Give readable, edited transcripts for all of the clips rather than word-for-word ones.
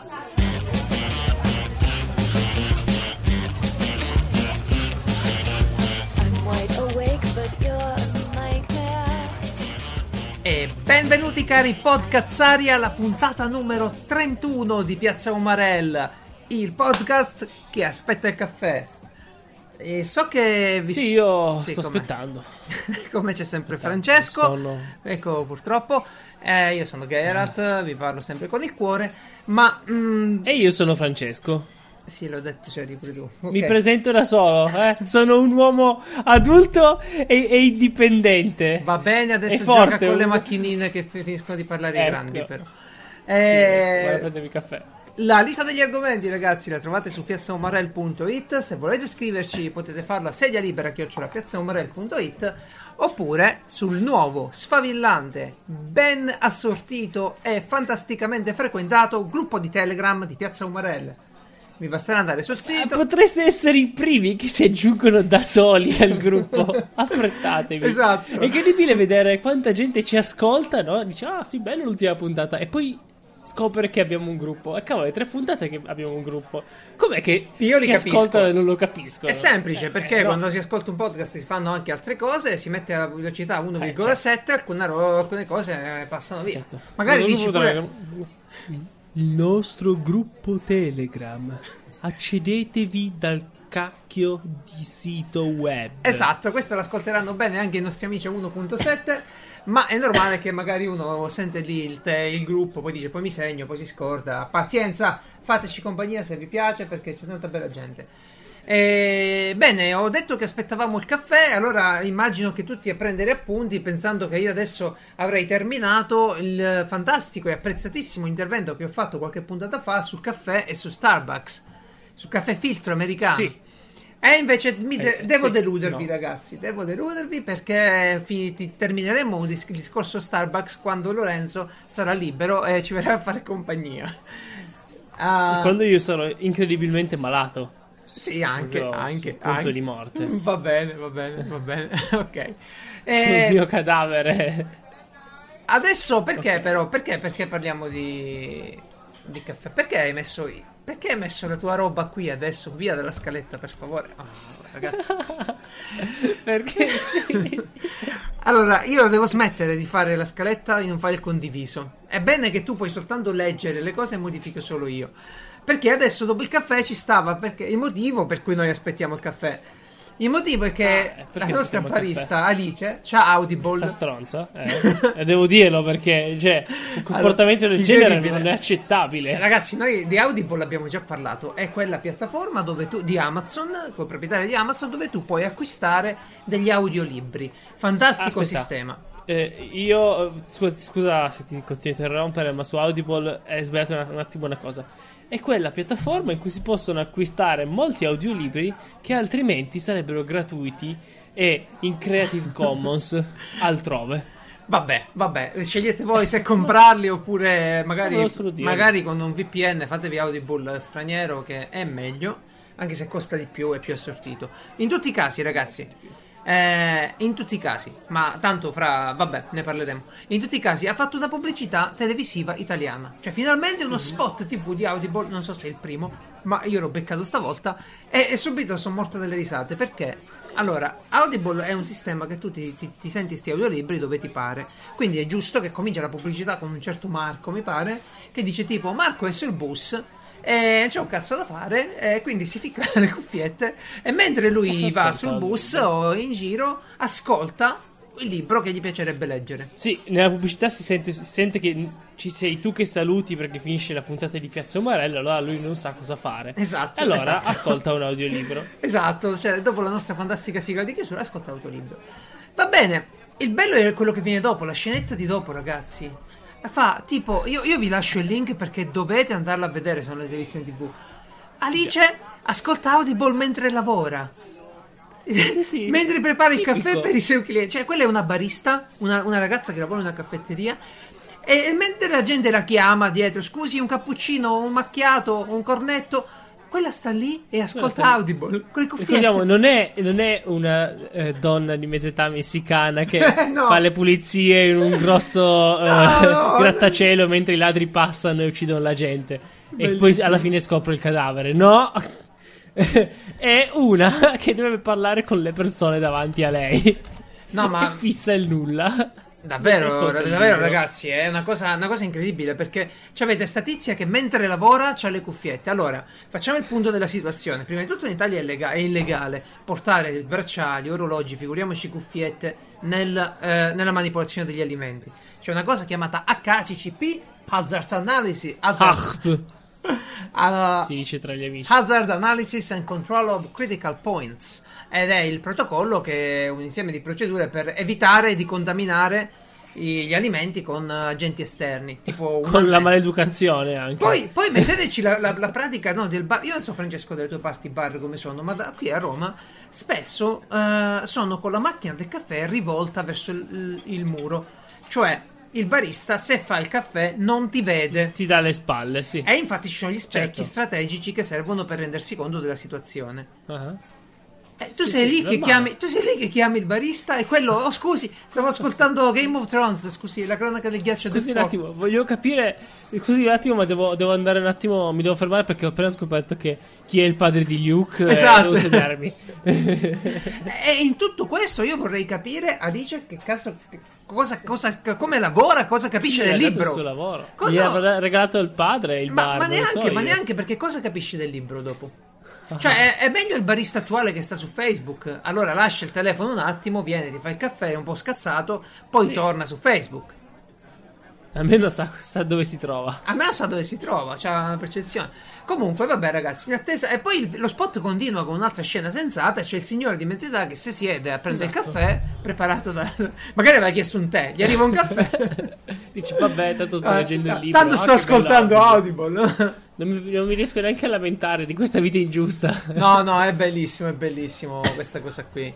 E benvenuti cari podcazzari alla puntata numero 31 di Piazza Umarell, il podcast che aspetta il caffè. E so che vi... Sì, io Sì, sto com'è? aspettando. Come c'è sempre Francesco, ecco purtroppo. Io sono Geralt, vi parlo sempre con il cuore, ma... E io sono Francesco. Sì, l'ho detto, c'eri pure tu. Mi Ok. presento da solo, Sono un uomo adulto e indipendente. Va bene, adesso È gioca forte, con le un- macchinine che finiscono di parlare i Ecco. grandi, però. Sì, vado a prendermi caffè. La lista degli argomenti, ragazzi, la trovate su piazzaumarell.it. Se volete scriverci potete farlo a sedia libera @piazzaumarell.it oppure sul nuovo, sfavillante, ben assortito e fantasticamente frequentato gruppo di Telegram di Piazza Umarell. Vi basterà andare sul sito. Potreste essere i primi che si aggiungono da soli al gruppo. Affrettatevi. Esatto. È incredibile vedere quanta gente ci ascolta, no? Dice, ah sì, bella l'ultima puntata. E poi scopre che abbiamo un gruppo. E cavolo, è 3 puntate che abbiamo un gruppo. Com'è che Io li ci capisco. ascoltano e non lo capiscono? È semplice perché no. quando si ascolta un podcast si fanno anche altre cose, si mette la velocità 1,7, certo. alcune cose passano via. Certo. Magari Non dici potrei- pure... Il nostro gruppo Telegram. Accedetevi dal cacchio di sito web. Esatto, questo l'ascolteranno bene anche i nostri amici a 1.7, ma è normale che magari uno sente lì il gruppo, poi dice poi mi segno, poi si scorda. Pazienza, fateci compagnia se vi piace perché c'è tanta bella gente. Bene, ho detto che aspettavamo il caffè, allora immagino che tutti a prendere appunti pensando che io adesso avrei terminato il fantastico e apprezzatissimo intervento che ho fatto qualche puntata fa sul caffè e su Starbucks, sul caffè filtro americano. Sì. E invece devo sì, deludervi, no. ragazzi, devo deludervi perché termineremo il discorso Starbucks quando Lorenzo sarà libero e ci verrà a fare compagnia. Quando io sono incredibilmente malato. Sì, anche, Proprio anche, sul punto anche. di morte. Va bene, ok. Sul mio cadavere. Adesso perché però? Perché parliamo di caffè? Perché hai messo la tua roba qui adesso? Via dalla scaletta, per favore. Oh, ragazzi. Perché sì. Allora, io devo smettere di fare la scaletta in un file condiviso. È bene che tu puoi soltanto leggere le cose e modifiche solo io. Perché adesso dopo il caffè ci stava, perché il motivo per cui noi aspettiamo il caffè. Il motivo è che la perché nostra aspettiamo il barista Alice c'ha Audible. Sta stronza. E devo dirlo perché, cioè, un comportamento del genere incredibile. non è accettabile. Ragazzi, noi di Audible abbiamo già parlato. È quella piattaforma dove tu, di Amazon, col proprietario di Amazon, dove tu puoi acquistare degli audiolibri. Fantastico Aspetta. sistema. Scusa se ti continuo a interrompere, ma su Audible è sbagliato un attimo una cosa. È quella piattaforma in cui si possono acquistare molti audiolibri che altrimenti sarebbero gratuiti e in Creative Commons altrove. Vabbè, scegliete voi se comprarli oppure magari, Non lo so dire. magari con un VPN fatevi Audible straniero che è meglio, anche se costa di più e più assortito. In tutti i casi, ragazzi, ma tanto vabbè, ne parleremo. In tutti i casi ha fatto una pubblicità televisiva italiana, cioè finalmente uno spot TV di Audible, non so se è il primo, ma io l'ho beccato stavolta e subito sono morto dalle risate perché allora, Audible è un sistema che tu ti senti sti audiolibri dove ti pare. Quindi è giusto che comincia la pubblicità con un certo Marco, mi pare, che dice tipo Marco è sul bus e c'è un cazzo da fare, e quindi si ficca le cuffiette e mentre lui Cosa va ascolta sul bus Audible? o in giro ascolta il libro che gli piacerebbe leggere. Sì, nella pubblicità si sente che ci sei tu che saluti perché finisce la puntata di Piazza Umarella, allora lui non sa cosa fare. Esatto, E allora esatto. ascolta un audiolibro. Esatto, cioè dopo la nostra fantastica sigla di chiusura ascolta l'autolibro. Va bene, il bello è quello che viene dopo, la scenetta di dopo, ragazzi. Fa tipo, io vi lascio il link perché dovete andarla a vedere se non l'avete vista in TV. Alice ascolta Audible mentre lavora. Sì, Mentre prepara il tipico. caffè per i suoi clienti. Cioè, quella è una barista, una ragazza che lavora in una caffetteria. E mentre la gente la chiama dietro, scusi, un cappuccino, un macchiato, un cornetto, quella sta lì e ascolta Audible con le cuffiette. Ricordiamo, non è una donna di mezza età messicana che No. fa le pulizie in un grosso No, grattacielo mentre i ladri passano e uccidono la gente. e poi alla fine scopre il cadavere. No! È una che deve parlare con le persone davanti a lei. No, ma E fissa il nulla. davvero, Ascolta il davvero libro. ragazzi, è una cosa incredibile perché avete sta tizia che mentre lavora c'ha le cuffiette. Allora, facciamo il punto della situazione. Prima di tutto in Italia è illegale portare bracciali, orologi, figuriamoci cuffiette, nella manipolazione degli alimenti. C'è una cosa chiamata HACCP, Hazard Analysis, Si dice tra gli amici. Hazard Analysis and Control of Critical Points, ed è il protocollo che è un insieme di procedure per evitare di contaminare gli alimenti con agenti esterni, tipo Con la maleducazione anche. poi metteteci la pratica, no, del bar. Io non so, Francesco, delle tue parti bar come sono, ma qui a Roma spesso sono con la macchina del caffè rivolta verso il muro, cioè il barista, se fa il caffè, non ti vede. Ti dà le spalle, sì. E infatti ci sono gli specchi Certo. strategici che servono per rendersi conto della situazione. Ah. Tu Sì, sei sì, lì che normale. chiami il barista e quello, oh scusi, stavo ascoltando Game of Thrones, scusi, la cronaca del ghiaccio del Scusi un fuoco. attimo, voglio capire. Scusi un attimo, ma devo andare un attimo. Mi devo fermare perché ho appena scoperto che chi è il padre di Luke. Esatto. Devo sedermi. E in tutto questo io vorrei capire, Alice, che cazzo, come lavora, cosa capisce Mi ha del dato il libro. suo lavoro. Co- Gli no. ha regalato il padre, il bar. Ma non lo so neanche, io. perché cosa capisci del libro dopo? Cioè, è meglio il barista attuale che sta su Facebook. Allora lascia il telefono un attimo, viene, ti fa il caffè, è un po' scazzato, poi Sì. torna su Facebook. Almeno sa dove si trova. A me sa dove si trova, c'ha una percezione. Comunque, vabbè, ragazzi, in attesa. E poi lo spot continua con un'altra scena sensata. C'è il signore di mezz'età che si siede a prendere il caffè, preparato da. Magari aveva chiesto un tè, gli arriva un caffè. Dici, vabbè, tanto sto leggendo il libro. Tanto Ah, sto che ascoltando bello. Audible. Non mi riesco neanche a lamentare di questa vita ingiusta. No, è bellissimo questa cosa qui.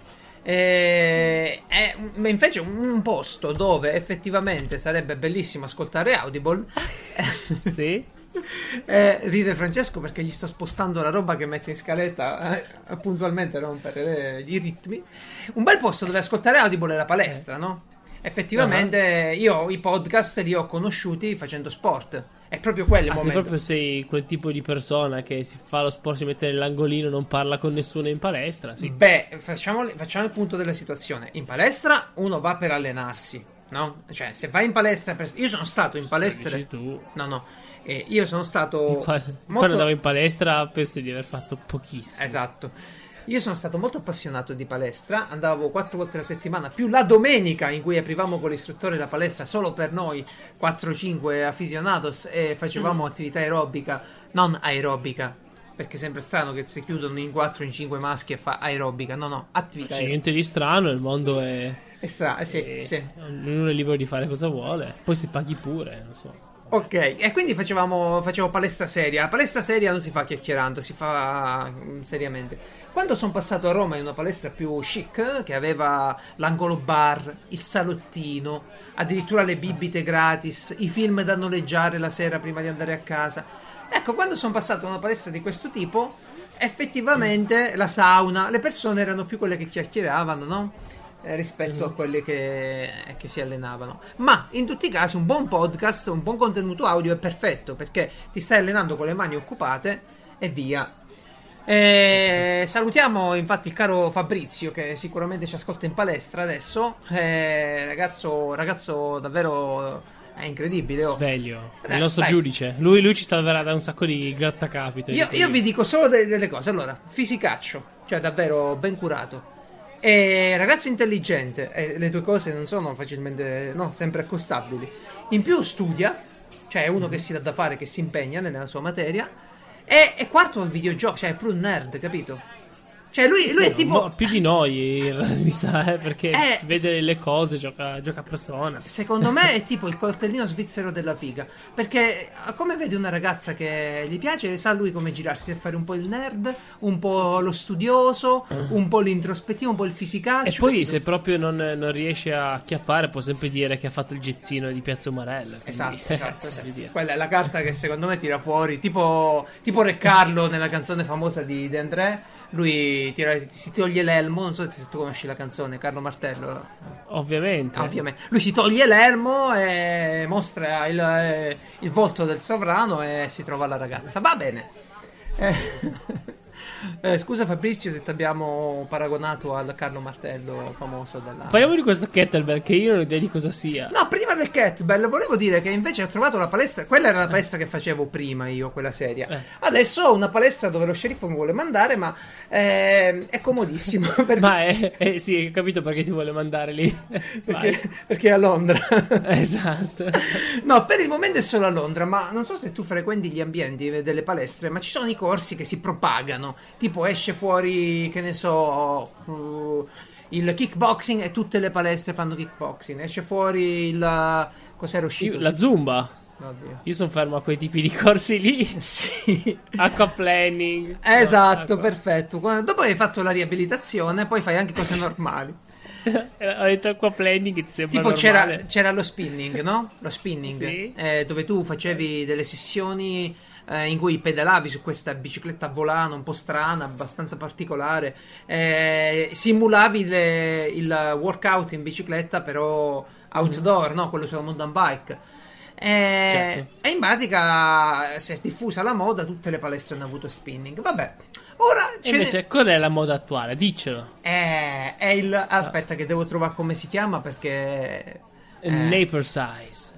È invece un posto dove effettivamente sarebbe bellissimo ascoltare Audible. Sì? Ride Francesco perché gli sto spostando la roba che mette in scaletta puntualmente a rompere i ritmi. Un bel posto dove ascoltare Audible è la palestra, no? Effettivamente io i podcast li ho conosciuti facendo sport. È proprio quello il Se momento. proprio sei quel tipo di persona che si fa lo sport, si mette nell'angolino, non parla con nessuno in palestra, sì. Beh, facciamo il punto della situazione. In palestra uno va per allenarsi, no? Cioè, se vai in palestra io sono stato in palestra. Dici tu. No. Io sono stato Quando andavo in palestra penso di aver fatto pochissimo. Esatto. Io sono stato molto appassionato di palestra, andavo 4 volte alla settimana, più la domenica in cui aprivamo con l'istruttore la palestra solo per noi 4-5 aficionados e facevamo attività aerobica, non aerobica, perché è sempre strano che si chiudono in 4 in 5 maschi e fa aerobica, no, attività C'è aerobica. niente di strano, il mondo è... Sì. Ognuno è libero di fare cosa vuole, poi si paghi pure, non so. Ok, e quindi facevo palestra seria. La palestra seria non si fa chiacchierando, si fa seriamente. Quando sono passato a Roma in una palestra più chic, che aveva l'angolo bar, il salottino, addirittura le bibite gratis, i film da noleggiare la sera prima di andare a casa. Ecco, quando sono passato a una palestra di questo tipo, effettivamente la sauna, le persone erano più quelle che chiacchieravano, no? Rispetto a quelle che si allenavano. Ma in tutti i casi un buon podcast, un buon contenuto audio è perfetto perché ti stai allenando con le mani occupate e via. Salutiamo infatti il caro Fabrizio che sicuramente ci ascolta in palestra adesso. Ragazzo davvero è incredibile. Sveglio, il Dai, nostro dai. giudice. Lui ci salverà da un sacco di grattacapite. Io vi dico solo delle cose. Allora, fisicaccio, cioè davvero ben curato. Ragazzo intelligente, le due cose non sono facilmente, no, sempre accostabili. In più studia, cioè è uno che si dà da fare, che si impegna nella sua materia. E quarto il videogioco, cioè è pure un nerd, capito? Cioè lui è tipo... più di noi, mi sa, perché Eh, vede le cose, gioca a persona. Secondo me è tipo il coltellino svizzero della figa. Perché come vedi una ragazza che gli piace, sa lui come girarsi, sa fare un po' il nerd, un po' lo studioso, un po' l'introspettivo, un po' il fisicaccio. E poi capito? se proprio non riesce a chiappare può sempre dire che ha fatto il gezzino di Piazza Umarella. quindi- Esatto. voglio dire. Quella è la carta che secondo me tira fuori, tipo Re Carlo nella canzone famosa di De André. Lui si toglie l'elmo. Non so se tu conosci la canzone Carlo Martello. Ovviamente. Ovviamente. Lui si toglie l'elmo e mostra il volto del sovrano e si trova la ragazza. Va bene. Scusa Fabrizio se ti abbiamo paragonato al Carlo Martello famoso della... Parliamo di questo kettlebell che io non ho idea di cosa sia. No, prima del kettlebell volevo dire che invece ho trovato la palestra. Quella era la palestra che facevo prima io, quella seria. Adesso ho una palestra dove lo sceriffo mi vuole mandare, ma è comodissimo. Ma sì, ho capito perché ti vuole mandare lì. Perché è a Londra. Esatto. No, per il momento è solo a Londra, ma non so se tu frequenti gli ambienti delle palestre, ma ci sono i corsi che si propagano. Tipo esce fuori, che ne so, il kickboxing e tutte le palestre fanno kickboxing. Esce fuori il... Cos'era uscito? La Zumba. Oddio. Io sono fermo a quei tipi di corsi lì. Sì. Aquaplaning. Esatto, perfetto. Dopo hai fatto la riabilitazione, poi fai anche cose normali. Ho detto aquaplaning, ti sembra Tipo normale. c'era lo spinning, no? Lo spinning, Sì. dove tu facevi delle sessioni in cui pedalavi su questa bicicletta a volano un po' strana, abbastanza particolare, simulavi il workout in bicicletta però outdoor, no? Quello sulla mountain bike. Certo. E in pratica si è diffusa la moda, tutte le palestre hanno avuto spinning. Vabbè, ora E invece, qual è la moda attuale? Diccelo. è il... Aspetta che devo trovare come si chiama perché... Neighbor size.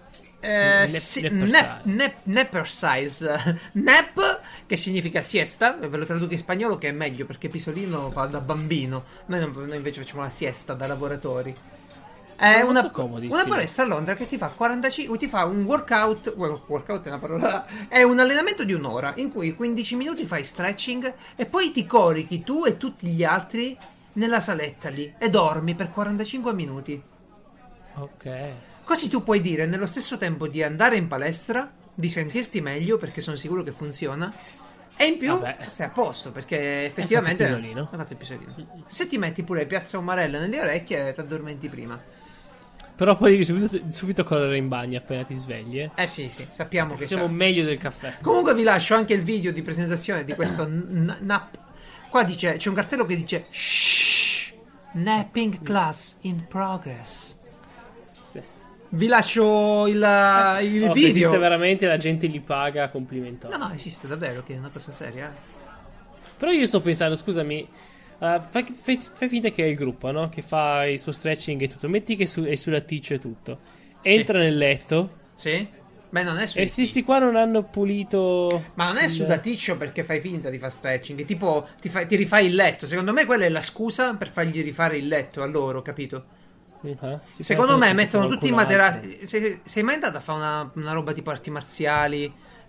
Sì, Napper napper size. Nap, che significa siesta, ve lo traduco in spagnolo che è meglio perché Pisolino fa da bambino. Noi invece facciamo la siesta da lavoratori. È molto comodi, una sì. palestra a Londra che ti fa 45, ti fa un workout. Workout è una parola. È un allenamento di un'ora in cui 15 minuti fai stretching e poi ti corichi tu e tutti gli altri nella saletta lì e dormi per 45 minuti. Ok. Così tu puoi dire nello stesso tempo di andare in palestra, di sentirti meglio perché sono sicuro che funziona. E in più Vabbè. stai a posto perché effettivamente Hai fatto il pisolino. hai fatto il pisolino. Se ti metti pure Piazza Umarella nelle orecchie ti addormenti prima. Però poi devi subito correre in bagno appena ti svegli. Sì, sappiamo che Siamo c'è. meglio del caffè. Comunque vi lascio anche il video di presentazione di questo nap. Qua c'è un cartello che dice Shh, napping class in progress. Sì. Vi lascio il Se video. esiste veramente, la gente li paga complimentari. No, esiste davvero, che è una cosa seria. Però io sto pensando, scusami, fai finta che è il gruppo, no? Che fa il suo stretching e tutto. Metti che è sull'atticcio e tutto. Sì. Entra nel letto. Sì? Beh, non è E sti qua non hanno pulito. Ma non è sudaticcio perché fai finta di fare stretching. Tipo, ti rifai il letto. Secondo me quella è la scusa per fargli rifare il letto a loro, capito? Secondo me mettono tutti i materassi. Sei mai andato a fare una roba tipo arti marziali?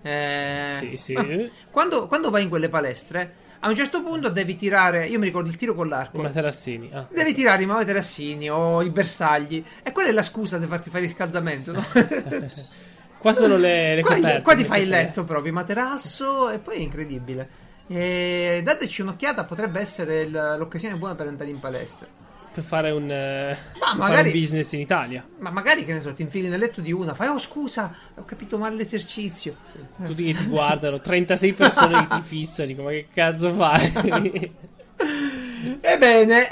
Sì. Quando vai in quelle palestre, a un certo punto devi tirare. Io mi ricordo il tiro con l'arco. I materassini. Devi tirare i materassini o i bersagli. E quella è la scusa di farti fare il riscaldamento, no? Qua sono le coperte. Qua ti fai il letto proprio, materasso, e poi è incredibile. Dateci un'occhiata, potrebbe essere l'occasione buona per andare in palestra. Per fare un magari, business in Italia. Ma magari, che ne so, ti infili nel letto di una, fai, oh scusa, ho capito male l'esercizio. Sì. Tutti che ti guardano, 36 persone che ti fissano, dico, ma che cazzo fai? Ebbene,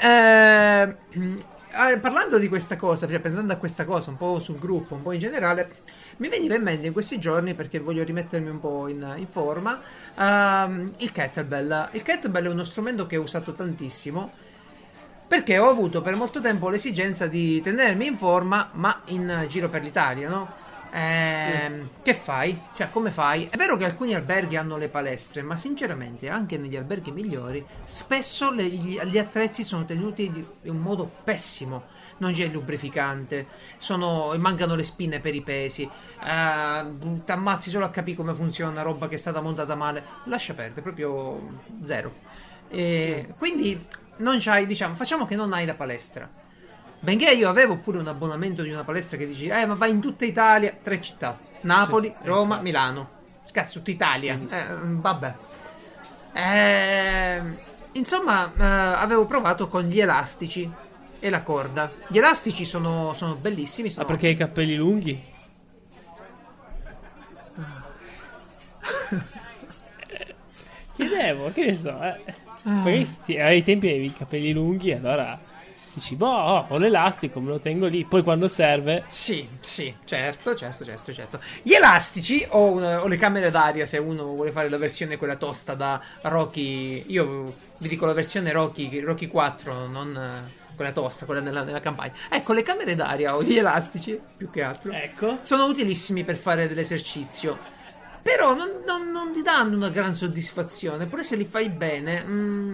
parlando di questa cosa, cioè pensando a questa cosa, un po' sul gruppo, un po' in generale, mi veniva in mente in questi giorni, perché voglio rimettermi un po' in forma, il kettlebell. Il kettlebell è uno strumento che ho usato tantissimo, perché ho avuto per molto tempo l'esigenza di tenermi in forma, ma in giro per l'Italia, no? Che fai? Cioè, come fai? È vero che alcuni alberghi hanno le palestre, ma sinceramente anche negli alberghi migliori spesso gli attrezzi sono tenuti in un modo pessimo. Non c'è il lubrificante, mancano le spine per i pesi, t'ammazzi solo a capire come funziona una roba che è stata montata male. Lascia perdere, proprio zero. Quindi non c'hai, diciamo, facciamo che non hai la palestra. Benché io avevo pure un abbonamento di una palestra che dici, ma vai in tutta Italia, 3 città, Napoli, Sì, Roma, infatti. Milano. Cazzo, tutta Italia. Vabbè. Insomma, avevo provato con gli elastici e la corda. Gli elastici sono bellissimi. Ah, perché hai i capelli lunghi? Chiedevo, che ne so, Poi ai tempi avevi i capelli lunghi, allora dici, boh, ho l'elastico, me lo tengo lì. Poi quando serve, Sì, sì, certo, certo, certo, certo. Gli elastici o le camere d'aria se uno vuole fare la versione quella tosta da Rocky. Io vi dico la versione Rocky 4, non quella tosta, quella nella campagna. Ecco, le camere d'aria o gli elastici, più che altro, ecco. sono utilissimi per fare dell'esercizio. Però non ti danno una gran soddisfazione, pure se li fai bene.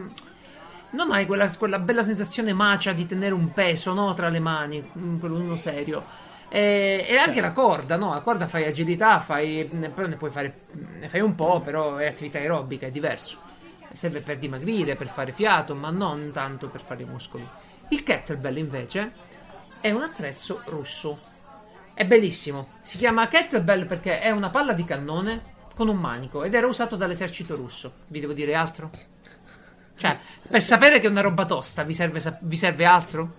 Non hai quella bella sensazione macia di tenere un peso, no, tra le mani, quello uno serio. E anche la corda, no? La corda fai agilità, poi ne puoi fare, ne fai un po', però è attività aerobica, è diverso. Serve per dimagrire, per fare fiato, ma non tanto per fare i muscoli. Il kettlebell invece è un attrezzo russo. È bellissimo. Si chiama kettlebell perché è una palla di cannone con un manico ed era usato dall'esercito russo. Vi devo dire altro? Cioè, per sapere che è una roba tosta, vi serve altro?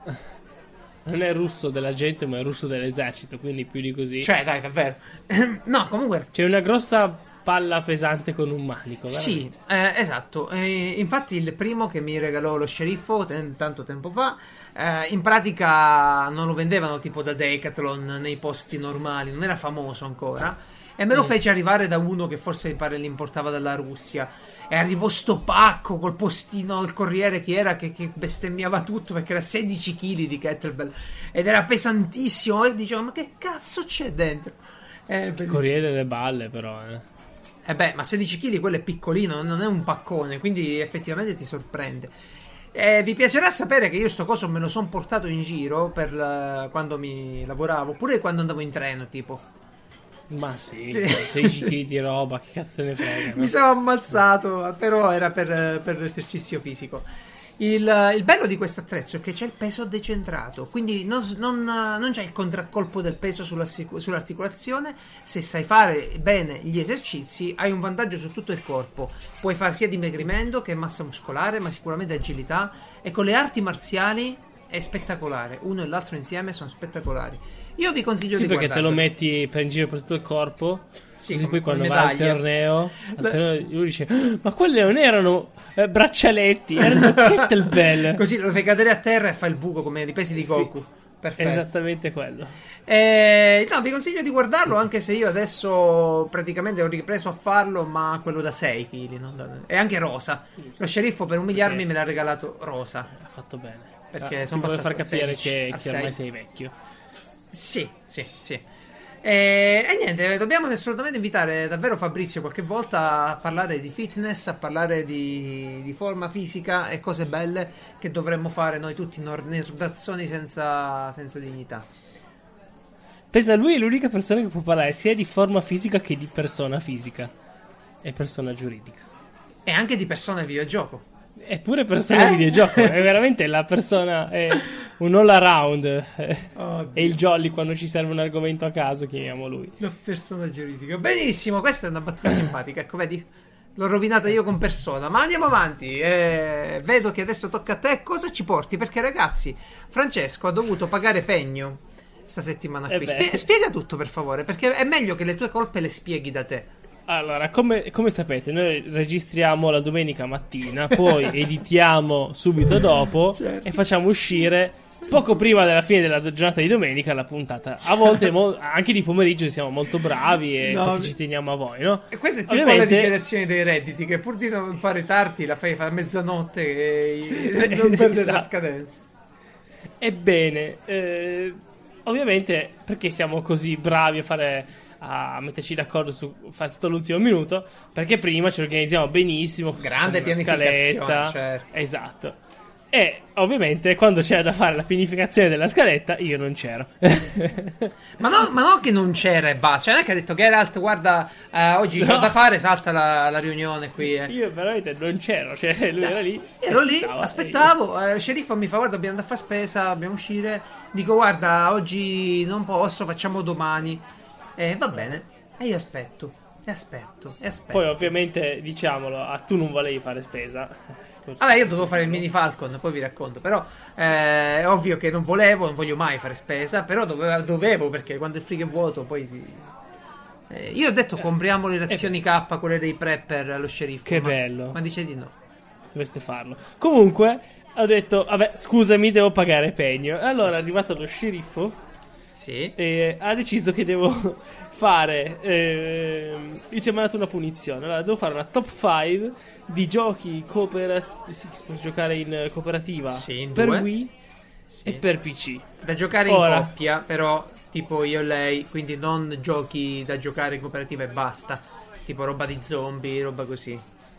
Non è russo della gente, ma è russo dell'esercito, quindi più di così. Cioè, dai, davvero. No, comunque. C'è una grossa palla pesante con un manico, Sì, veramente. esatto. Infatti, il primo che mi regalò lo sceriffo tanto tempo fa, in pratica non lo vendevano tipo da Decathlon nei posti normali, non era famoso ancora. E me lo fece arrivare da uno che forse mi pare l'importava dalla Russia. E arrivò sto pacco col postino, il corriere che era che bestemmiava tutto perché era 16 kg di kettlebell ed era pesantissimo. E dicevo, ma che cazzo c'è dentro? Corriere delle balle, però, beh, ma 16 kg quello è piccolino, non è un paccone, quindi effettivamente ti sorprende. Vi piacerà sapere che io sto coso me lo sono portato in giro quando mi lavoravo, pure quando andavo in treno, tipo. Ma sì, Sì. 16 kg di roba, che cazzo te ne frega, no? Mi sono ammazzato, però era per l'esercizio fisico. Il bello di questo attrezzo è che c'è il peso decentrato, quindi non c'è il contraccolpo del peso sull'articolazione. Se sai fare bene gli esercizi, hai un vantaggio su tutto il corpo. Puoi fare sia dimagrimento che massa muscolare, ma sicuramente agilità. E con le arti marziali è spettacolare. Uno e l'altro insieme sono spettacolari. Io vi consiglio Sì, di perché te lo guardarlo. metti per in giro per tutto il corpo. Sì, Così come poi quando come va al medaglie. torneo, lui dice: "Ah, ma quelli non erano braccialetti, erano kettlebell." Così lo fai cadere a terra e fa il buco come i pesi di Sì, Goku. Perfetto. esattamente quello. No, vi consiglio di guardarlo anche se io adesso praticamente ho ripreso a farlo, ma quello da 6 kg. E anche rosa. Lo sceriffo per umiliarmi Perché me l'ha regalato rosa. ha fatto bene. Perché Ti sono vuole passato far capire 16 a che ormai 6. sei vecchio. Sì, sì, sì. E niente, dobbiamo assolutamente invitare davvero Fabrizio qualche volta a parlare di fitness, a parlare di forma fisica e cose belle che dovremmo fare noi tutti nerdazzoni senza dignità. Pensa, lui è l'unica persona che può parlare sia di forma fisica che di persona fisica e persona giuridica. E anche di persone al videogioco. Eppure persona videogioco, è veramente la persona, è un all around. È il jolly quando ci serve un argomento a caso, chiamiamo lui. Una persona giuridica. Benissimo, questa è una battuta simpatica. Ecco, vedi? L'ho rovinata io con persona. Ma andiamo avanti. Vedo che adesso tocca a te. Cosa ci porti? Perché, ragazzi, Francesco ha dovuto pagare pegno sta settimana qui. Spiega tutto, per favore. Perché è meglio che le tue colpe le spieghi da te. Allora, come sapete, noi registriamo la domenica mattina, poi editiamo subito dopo Certo. e facciamo uscire poco prima della fine della giornata di domenica la puntata. A volte anche di pomeriggio siamo molto bravi e perché ci teniamo a voi, no? E questa è tipo la dichiarazione dei redditi, che pur di non fare tardi la fai a mezzanotte e non perdere la Esatto. scadenza. Ebbene, ovviamente perché siamo così bravi a metterci d'accordo su fare tutto l'ultimo minuto, perché prima ci organizziamo benissimo, Grande facciamo una pianificazione, scaletta, certo. esatto. E ovviamente quando c'era da fare la pianificazione della scaletta io non c'ero. Ma no che non c'era e basta. Cioè non è che ha detto Geralt, guarda, oggi c'ho da fare, salta la riunione qui. Io veramente non c'ero, cioè lui era lì. Ero lì, aspettavo. Il sceriffo mi fa: guarda, dobbiamo andare a fare spesa, dobbiamo uscire. Dico: guarda, oggi non posso, facciamo domani. Va bene. E io aspetto. E aspetto. Poi ovviamente diciamolo, tu non volevi fare spesa. Vabbè, io dovevo fare il mini Falcon, poi vi racconto. Però è ovvio che non voglio mai fare spesa. Però dovevo, perché quando il frigo è vuoto poi io ho detto compriamo le razioni K, quelle dei prepper allo sceriffo. Che bello. Ma dice di no. dovreste farlo. Comunque, ho detto, vabbè, scusami, devo pagare pegno. Allora è arrivato lo sceriffo Sì. e ha deciso che devo fare. Io ci ho mandato una punizione. Allora, devo fare una top 5 di giochi cooperativi. Si può giocare in cooperativa Sì, in per due. Wii Sì. e per PC. Da giocare in Ora. coppia, però tipo io e lei, quindi non giochi da giocare in cooperativa e basta. Tipo roba di zombie, roba così.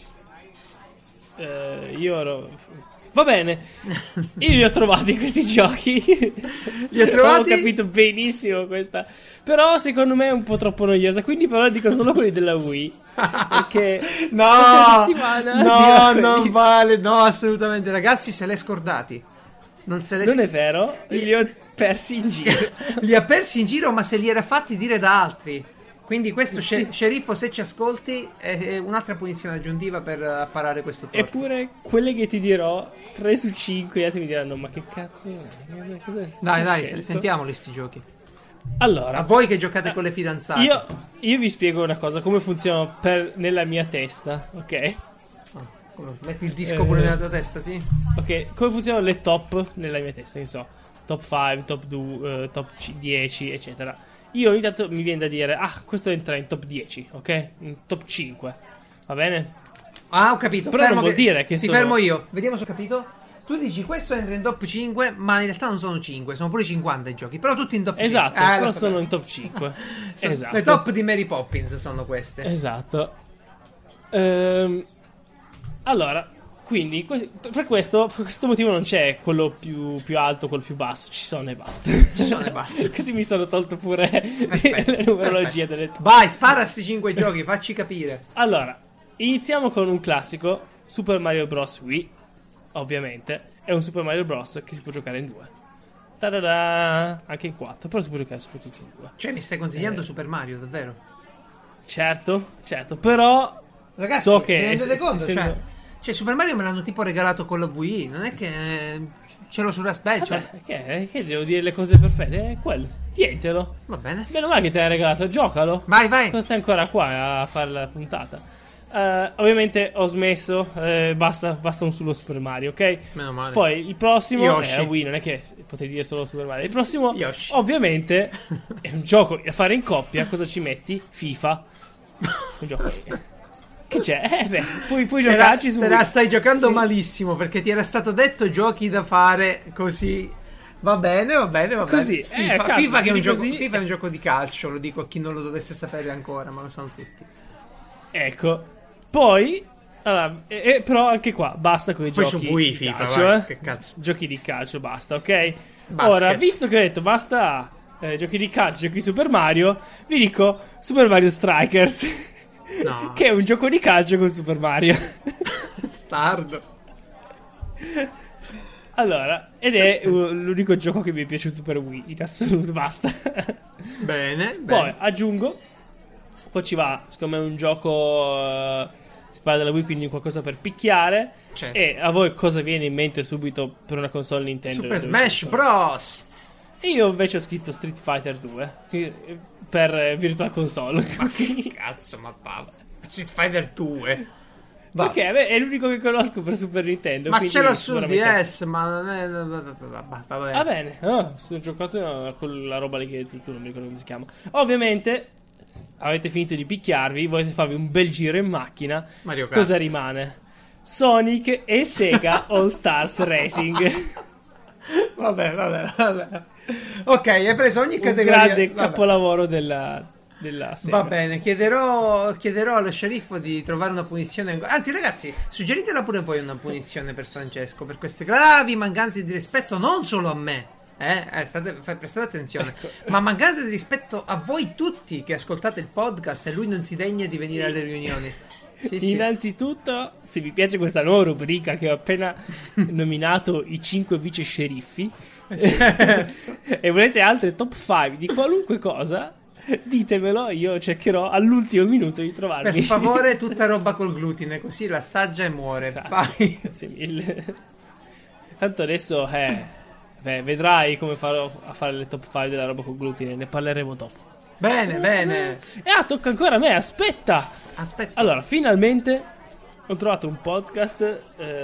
Io ero. Va bene, io li ho trovati questi giochi. Li ho trovati? Ho capito benissimo questa. Però secondo me è un po' troppo noiosa. Quindi però dico solo quelli della Wii. Perché No, questa settimana no, dirò non quelli. vale, no, assolutamente. Ragazzi, se l'è scordati. Non se l'è Non è vero, li ho persi in giro. Li ha persi in giro, ma se li era fatti dire da altri. Quindi questo, Sì. sceriffo, se ci ascolti, è un'altra punizione aggiuntiva per apparare questo torto. Eppure quelle che ti dirò, 3 su 5, gli altri mi diranno: ma che cazzo è? Cos'è? Dai, Scelto? sentiamoli sti giochi. Allora, A voi che giocate con le fidanzate. io vi spiego una cosa, come funziona nella mia testa, ok? Ah, come? Metti il disco pure nella tua testa, sì? Ok, come funzionano le top nella mia testa, che so, top 5, top 2, top 10, eccetera. Io ogni tanto mi viene da dire, questo entra in top 10, ok? In top 5, va bene? Ah, ho capito. Però non vuol dire che ti sono- fermo io. Vediamo se ho capito. Tu dici questo entra in top 5, ma in realtà non sono 5, sono pure 50 i giochi. Però tutti in top 5. Esatto, lo però sapevo. sono in top 5. Esatto. Le top di Mary Poppins sono queste. Esatto. Allora, quindi, per questo motivo non c'è quello più alto, quello più basso, ci sono e basta. Ci sono e basta. Così mi sono tolto pure Perfetto, la numerologia perfetto. delle Vai, spara a sti 5 giochi, facci capire. Allora, iniziamo con un classico, Super Mario Bros. Wii, ovviamente. È un Super Mario Bros. Che si può giocare in 2. Ta-da-da! Anche in 4, però si può giocare soprattutto in 2. Cioè, mi stai consigliando Super Mario, davvero? Certo, però Ragazzi, so che vi rendete conto? essendo- Cioè, Super Mario me l'hanno tipo regalato con la Wii, non è che ce l'ho su Raspberry, cioè... Vabbè, che devo dire le cose perfette? È quello, tientelo. Va bene. Meno male che te l'hai regalato, giocalo. Vai, vai. Non stai ancora qua a fare la puntata. Ovviamente ho smesso, basta un solo Super Mario, ok? Meno male. Poi il prossimo Yoshi. Wii, non è che potevi dire solo Super Mario. Il prossimo, Yoshi. ovviamente, è un gioco da fare in coppia. Cosa ci metti? FIFA. Un gioco. Che c'è? Puoi giocarci su Te la Wii. stai giocando Sì. malissimo, perché ti era stato detto giochi da fare così... Va bene, va bene, va bene. Così, FIFA, cazzo, FIFA che è un quindi gioco, così- FIFA è un gioco di calcio, lo dico a chi non lo dovesse sapere ancora, ma lo sanno tutti. Ecco. Poi, allora, però anche qua basta con i Poi giochi su Wii di FIFA, calcio, vai, che cazzo. Giochi di calcio, basta, ok? Basket. Ora, visto che ho detto basta giochi di calcio, giochi Super Mario, vi dico Super Mario Strikers, No. che è un gioco di calcio con Super Mario. Stardo. Allora, ed è l'unico gioco che mi è piaciuto per Wii, in assoluto, basta. Bene, Poi bene. aggiungo, poi ci va, secondo me è un gioco, si parla della Wii, quindi qualcosa per picchiare. Certo. E a voi cosa viene in mente subito per una console Nintendo? Super dove Smash ci sono? Bros. E io invece ho scritto Street Fighter 2 per Virtual Console. Ma che cazzo, ma Street Fighter 2. Va. Perché beh, è l'unico che conosco per Super Nintendo. Ma quindi ce l'ho sul sicuramente- DS, ma non è... Va bene. Va bene, ho giocato a quella roba lì che tu non mi ricordo come si chiama. Ovviamente, avete finito di picchiarvi, volete farvi un bel giro in macchina. Mario Kart. Cosa rimane? Sonic e Sega All Stars Racing. Vabbè. Ok, hai preso ogni Un categoria. grande Vabbè. capolavoro della Sega. Va bene, chiederò allo sceriffo di trovare una punizione. Anzi, ragazzi, suggeritela pure voi una punizione per Francesco per queste gravi mancanze di rispetto, non solo a me. Prestate attenzione, Ecco. ma mancanze di rispetto a voi tutti che ascoltate il podcast e lui non si degna di venire alle riunioni. Sì. Innanzitutto, se vi piace questa nuova rubrica che ho appena nominato i 5 vice sceriffi e volete altre top 5 di qualunque cosa, ditemelo, io cercherò all'ultimo minuto di trovarvi. Per favore, tutta roba col glutine, così l'assaggia e muore. Vai. Grazie mille. Tanto adesso vedrai come farò a fare le top 5 della roba con glutine, ne parleremo dopo. Bene. E tocca ancora a me, aspetta. Aspetta. Allora, finalmente ho trovato un podcast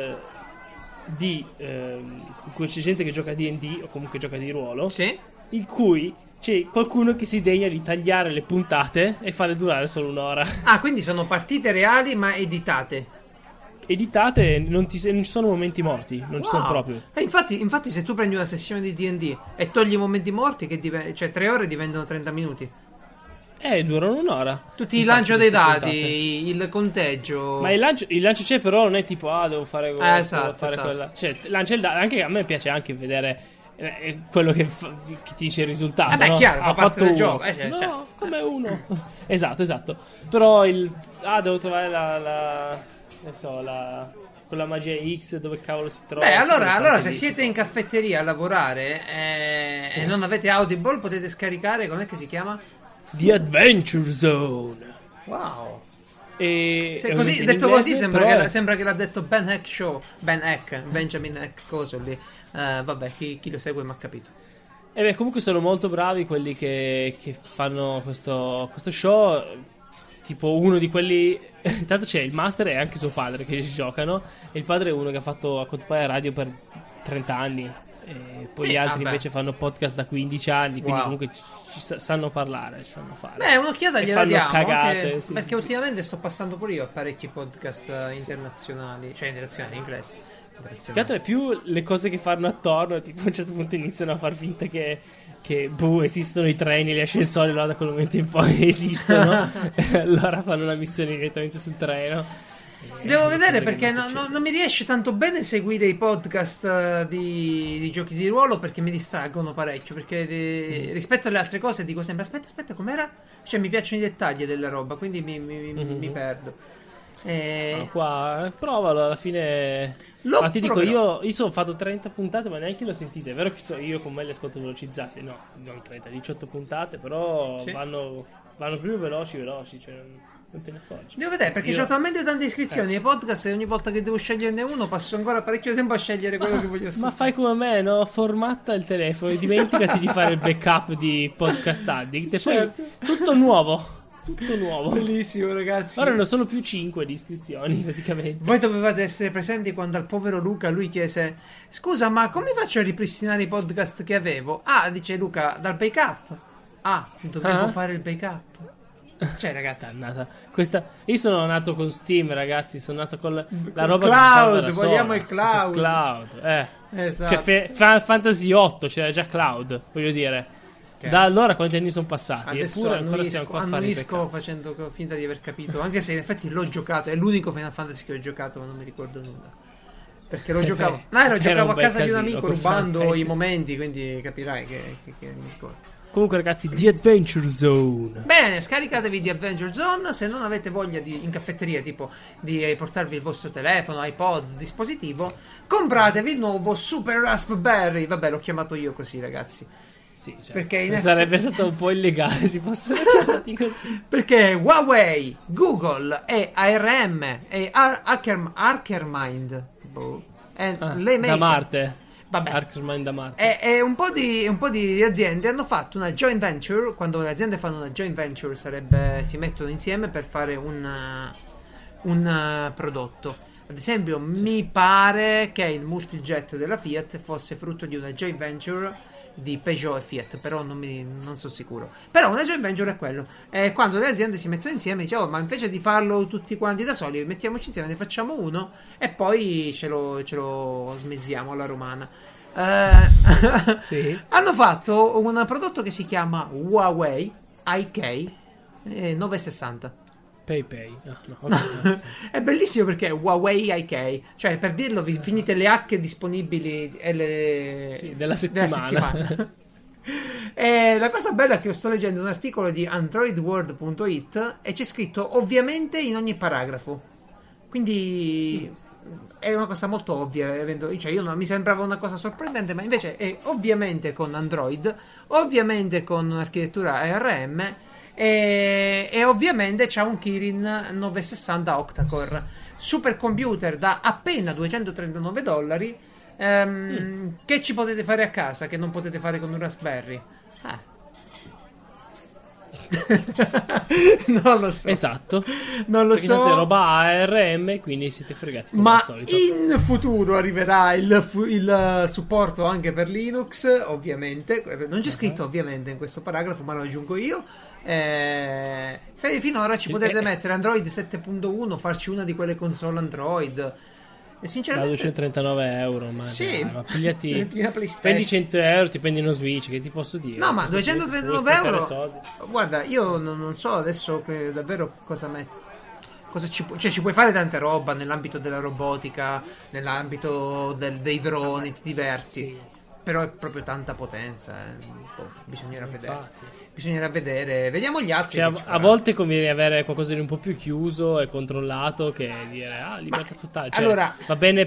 in cui c'è gente che gioca a D&D o comunque gioca di ruolo, Sì? in cui c'è qualcuno che si degna di tagliare le puntate e farle durare solo un'ora. Ah, quindi sono partite reali ma editate. Editate, non ci sono momenti morti, non ci sono Wow. proprio. Infatti, se tu prendi una sessione di D&D e togli i momenti morti, cioè 3 ore diventano 30 minuti. Durano un'ora. Tutti il Infatti, lancio dei queste dati, puntate. il conteggio. Ma il lancio c'è, però non è tipo, devo fare questo, esatto, devo fare esatto. quella. Cioè, lancia il dado. Anche a me piace anche vedere quello che ti dice il risultato. Beh, no? chiaro, fa Ha parte fatto del uno. gioco. No, Cioè. come uno. Esatto. Però devo trovare ne so, quella magia X, dove cavolo si trova. Beh, allora Parte se lì, siete si in caffetteria a lavorare e non avete Audible, potete scaricare, com'è che si chiama? The Adventure Zone. Wow. E Così, in detto inglese, così, però sembra che l'ha detto Ben Heck Show. Benjamin Heck, coso lì. Vabbè, chi lo segue mi ha capito. E beh, comunque sono molto bravi quelli che fanno questo show. Tipo uno di quelli. Intanto c'è il master e anche suo padre che ci giocano. E il padre è uno che ha fatto a quanto pare radio per 30 anni. E poi Sì, gli altri vabbè. invece fanno podcast da 15 anni. Quindi Wow. comunque sanno parlare, sanno fare. Beh, un'occhiata E gliela fanno diamo. cagate, Anche sì, perché sì. ultimamente sto passando pure io a parecchi podcast internazionali. Cioè, internazionali, in inglese. Che altro è più le cose che fanno attorno. Tipo a un certo punto iniziano a far finta che esistono i treni, gli ascensori. Allora da quel momento in poi esistono. Allora fanno una missione direttamente sul treno. Devo vedere Cose che perché non succedono. non mi riesce tanto bene seguire i podcast di giochi di ruolo perché mi distraggono parecchio. Perché rispetto alle altre cose dico sempre: aspetta, com'era? Cioè, mi piacciono i dettagli della roba, quindi mi perdo. No, qua provalo alla fine. Lo Ma ti dico, proverò. io sono fatto 30 puntate, ma neanche le ho sentite. È vero che io con me le ascolto velocizzate. No, non 30, 18 puntate, però Sì. vanno più veloci, cioè non te ne accorgi. Devo vedere perché Io- ho talmente tante iscrizioni ai podcast e ogni volta che devo sceglierne uno passo ancora parecchio tempo a scegliere quello che voglio ascoltare. Ma fai come me, no? Formatta il telefono e dimenticati di fare il backup di Podcast Addict. E Certo. poi tutto nuovo. Tutto nuovo. Bellissimo, ragazzi. Ora non sono più 5 di iscrizioni, praticamente. Voi dovevate essere presenti quando al povero Luca lui chiese: scusa, ma come faccio a ripristinare i podcast che avevo? Ah, dice Luca, dal backup. Ah, dovevo fare il backup. Cioè, ragazzi, Dannata. Io sono nato con Steam, ragazzi. Sono nato con la roba cloud, che si salva da vogliamo sola. il cloud. Cloud. esatto. Cioè, Final Fantasy 8 c'era già Cloud, voglio dire. Da allora quanti anni sono passati? Adesso Eppure ancora stiamo qua a fare i annuisco backup. facendo finta di aver capito. Anche se in effetti l'ho giocato. È l'unico Final Fantasy che ho giocato, ma non mi ricordo nulla. Perché lo giocavo. No, lo Era giocavo un a bel casa di un casino amico quel Final rubando i Fantasy. momenti. Quindi capirai che mi ricordo. Comunque, ragazzi, The Adventure Zone. Bene, scaricatevi di Adventure Zone. Se non avete voglia in caffetteria, tipo di portarvi il vostro telefono, iPod, dispositivo, compratevi il nuovo Super Raspberry. Vabbè, l'ho chiamato io così, ragazzi. Sì, certo. Perché in Sarebbe stato un po' illegale se fossero chiamati così. Perché Huawei, Google e ARM e Archermind e le Da maker, Marte. vabbè, Arkham da Marte. e un po' di aziende hanno fatto una joint venture. Quando le aziende fanno una joint venture si mettono insieme per fare un prodotto. Ad esempio, mi pare che il multijet della Fiat fosse frutto di una joint venture di Peugeot e Fiat, però non sono sicuro. Però una joint venture è quello. Quando le aziende si mettono insieme, dice: oh, ma invece di farlo tutti quanti da soli, mettiamoci insieme, ne facciamo uno e poi ce lo smezziamo alla romana. Sì. Hanno fatto un prodotto che si chiama Huawei IK 960. PayPay. No, ok. È bellissimo perché è Huawei IK, cioè per dirlo vi finite le H disponibili Sì, della settimana. E la cosa bella è che io sto leggendo un articolo di androidworld.it e c'è scritto ovviamente in ogni paragrafo, quindi è una cosa molto ovvia, cioè io non mi sembrava una cosa sorprendente, ma invece è ovviamente con Android, ovviamente con un'architettura ARM e ovviamente c'ha un Kirin 960 octa-core, supercomputer da appena $239, che ci potete fare a casa che non potete fare con un Raspberry. Non lo so. Esatto. Non lo Perché tanto è so. roba ARM, quindi siete fregati come al Ma solito. in futuro arriverà il supporto anche per Linux, ovviamente. Non c'è scritto ovviamente in questo paragrafo, ma lo aggiungo io. Finora ci potete mettere Android 7.1, farci una di quelle console Android. E Da sinceramente, 239 euro, ma sì, dai, ma pigliati. piena Spendi PlayStation. 100 euro, ti prendi uno Switch, che ti posso dire? No, A ma questo punto, se vuoi 239 sprecare euro. soldi. Guarda, io non so adesso davvero cosa cioè ci puoi fare tante roba nell'ambito della robotica, nell'ambito dei droni, ti diverti. Sì, Però è proprio tanta potenza, bisognerà vedere. infatti. Bisognerà vedere. Vediamo gli altri Cioè, che ci a faranno. volte conviene avere qualcosa di un po' più chiuso e controllato che dire, Ma libertà totale. Cioè, allora, va bene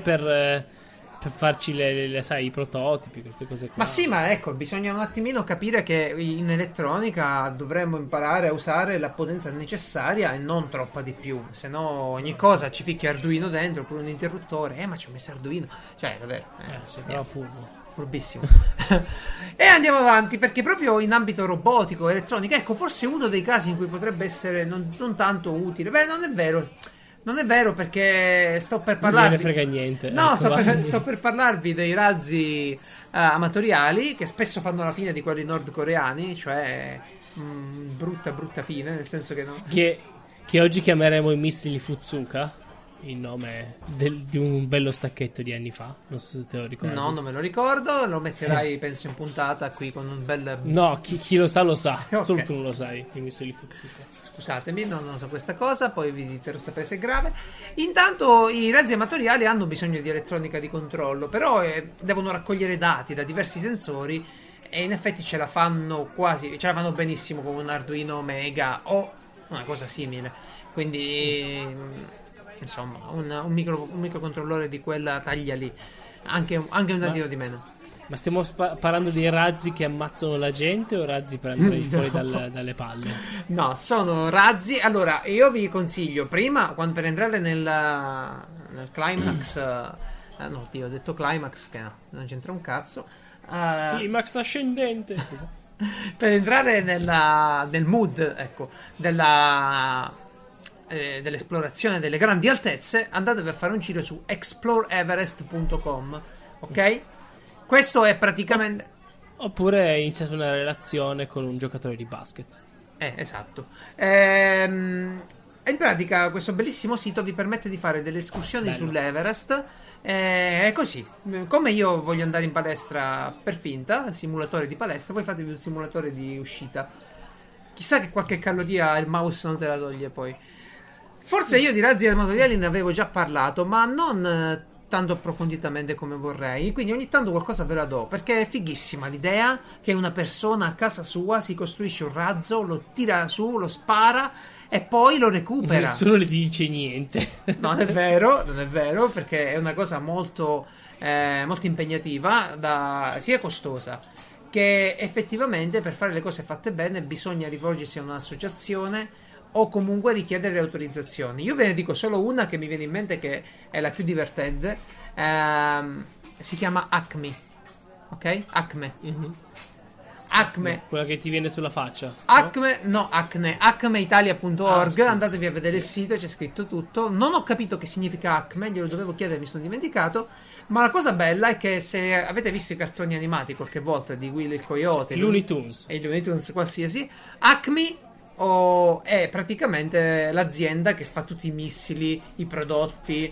per farci sai, i prototipi, queste cose ma qua. sì, ma ecco, bisogna un attimino capire che in elettronica dovremmo imparare a usare la potenza necessaria e non troppa di più, se no ogni cosa ci ficchia Arduino dentro oppure un interruttore, ma ci ho messo Arduino, cioè davvero, Sei niente, bravo furbo. furbissimo. E andiamo avanti perché proprio in ambito robotico, elettronica, ecco, forse uno dei casi in cui potrebbe essere non tanto utile, beh, non è vero. Non è vero perché sto per Non gliene parlarvi. frega niente. No, Ecco, vai. sto per parlarvi dei razzi amatoriali che spesso fanno la fine di quelli nordcoreani, cioè brutta brutta fine, nel senso che no. che, che oggi chiameremo i missili Futsuka, in nome di un bello stacchetto di anni fa. Non so se te lo No, ricordi. non me lo ricordo, lo metterai penso in puntata qui con un bel. No, chi lo sa lo sa. Ok. Solo tu non lo sai, i missili Futsuka. Scusatemi, non so questa cosa, poi vi farò sapere se è grave. Intanto i razzi amatoriali hanno bisogno di elettronica di controllo, però devono raccogliere dati da diversi sensori e in effetti ce la fanno quasi, ce la fanno benissimo con un Arduino Mega o una cosa simile. Quindi, insomma, un microcontrollore di quella taglia lì, anche un Ma, tantino di meno. ma stiamo parlando di razzi che ammazzano la gente o razzi per andare fuori dalle palle? No, sono razzi. Allora, io vi consiglio prima, per entrare nel climax. No, io ho detto climax, che no, non c'entra un cazzo. Climax ascendente. Scusa. Per entrare nel mood, ecco, dell'esplorazione delle grandi altezze, andatevi a fare un giro su exploreeverest.com, ok? Questo è praticamente. Oppure iniziate una relazione con un giocatore di basket. Esatto. In pratica questo bellissimo sito vi permette di fare delle escursioni Bello. sull'Everest. È così, come io voglio andare in palestra per finta, simulatore di palestra, voi fatevi un simulatore di uscita. Chissà che qualche caloria il mouse non te la toglie poi. Forse io di razzi amatoriali ne avevo già parlato, ma non tanto approfonditamente come vorrei. Quindi ogni tanto qualcosa ve la do, perché è fighissima l'idea che una persona a casa sua si costruisce un razzo, lo tira su, lo spara e poi lo recupera. Nessuno le dice niente. Non è vero, perché è una cosa molto impegnativa, sia costosa, che effettivamente per fare le cose fatte bene bisogna rivolgersi a un'associazione o comunque richiedere le autorizzazioni. Io ve ne dico solo una che mi viene in mente che è la più divertente. Si chiama Acme. Ok? Acme. Mhm. Acme. Quella che ti viene sulla faccia. No? Acme, no, Acne, acmeitalia.org, scusa. andatevi a vedere il sito, c'è scritto tutto. Non ho capito che significa Acme, glielo dovevo chiedere, mi sono dimenticato. Ma la cosa bella è che se avete visto i cartoni animati qualche volta di Will il Coyote, Looney Tunes. e i Looney Tunes qualsiasi, Acme è praticamente l'azienda che fa tutti i missili, i prodotti.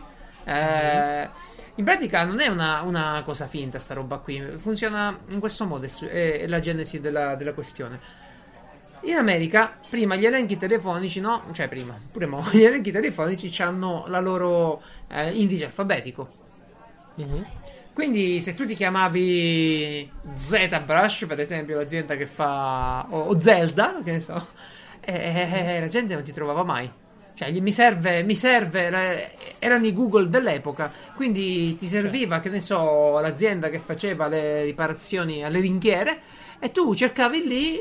In pratica non è una cosa finta sta roba qui, funziona in questo modo, è la genesi della questione. In America, prima gli elenchi telefonici, no? Cioè prima, pure mo, gli elenchi telefonici hanno la loro indice alfabetico. Mhm. Quindi se tu ti chiamavi ZBrush, per esempio, l'azienda che fa. O Zelda, che ne so, la gente non ti trovava mai. Cioè, mi serve, erano i Google dell'epoca, quindi ti serviva, che ne so, l'azienda che faceva le riparazioni alle ringhiere e tu cercavi lì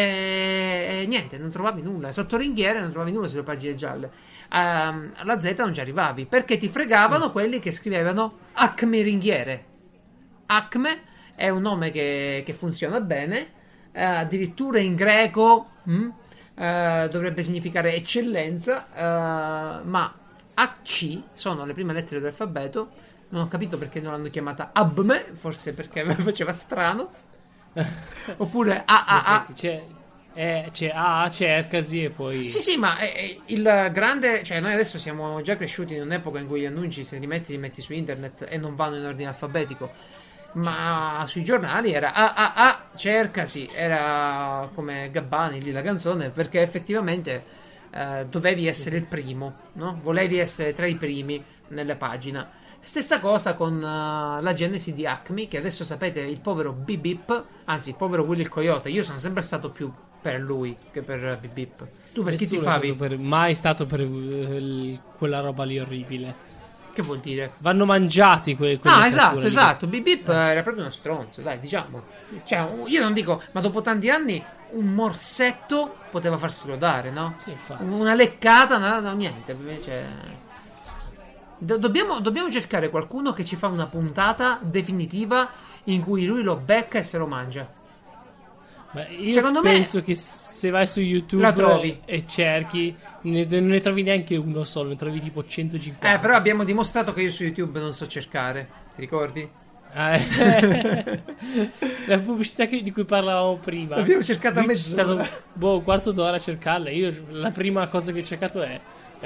e niente, non trovavi nulla. Sotto ringhiere non trovavi nulla sulle pagine gialle. Alla Z non ci arrivavi perché ti fregavano quelli che scrivevano Acme Ringhiere. Acme è un nome che funziona bene, addirittura in greco. dovrebbe significare eccellenza, ma AC sono le prime lettere dell'alfabeto. Non ho capito perché non l'hanno chiamata Abme, forse perché faceva strano. Oppure AAA. C'è A, cercasi e poi... Sì, ma il grande... Cioè, noi adesso siamo già cresciuti in un'epoca in cui gli annunci, se li metti su internet e non vanno in ordine alfabetico. Ma sui giornali era AAA, cercasi. Era come Gabbani lì la canzone, perché effettivamente dovevi essere il primo, no? Volevi essere tra i primi nella pagina. Stessa cosa con la genesi di Acme, che adesso sapete il povero Bip Bip, anzi il povero Willy il Coyote. Io sono sempre stato più per lui che per Bip Bip. Tu per chi ti favi? Mai stato per quella roba lì orribile. Che vuol dire? Vanno mangiati quelle esatto. Bip Bip era proprio uno stronzo, dai, diciamo. Cioè, io non dico, ma dopo tanti anni un morsetto poteva farselo dare, no? Sì, infatti. Una leccata, no, niente. Cioè... Dobbiamo cercare qualcuno che ci fa una puntata definitiva in cui lui lo becca e se lo mangia. Ma io Secondo penso me che se vai su YouTube la trovi. e cerchi, non ne trovi neanche uno solo, ne trovi tipo 150. Però abbiamo dimostrato che io su YouTube non so cercare. Ti ricordi? La pubblicità di cui parlavamo prima. L'abbiamo cercata a mezz'ora. È stato un quarto d'ora a cercarla. Io la prima cosa che ho cercato è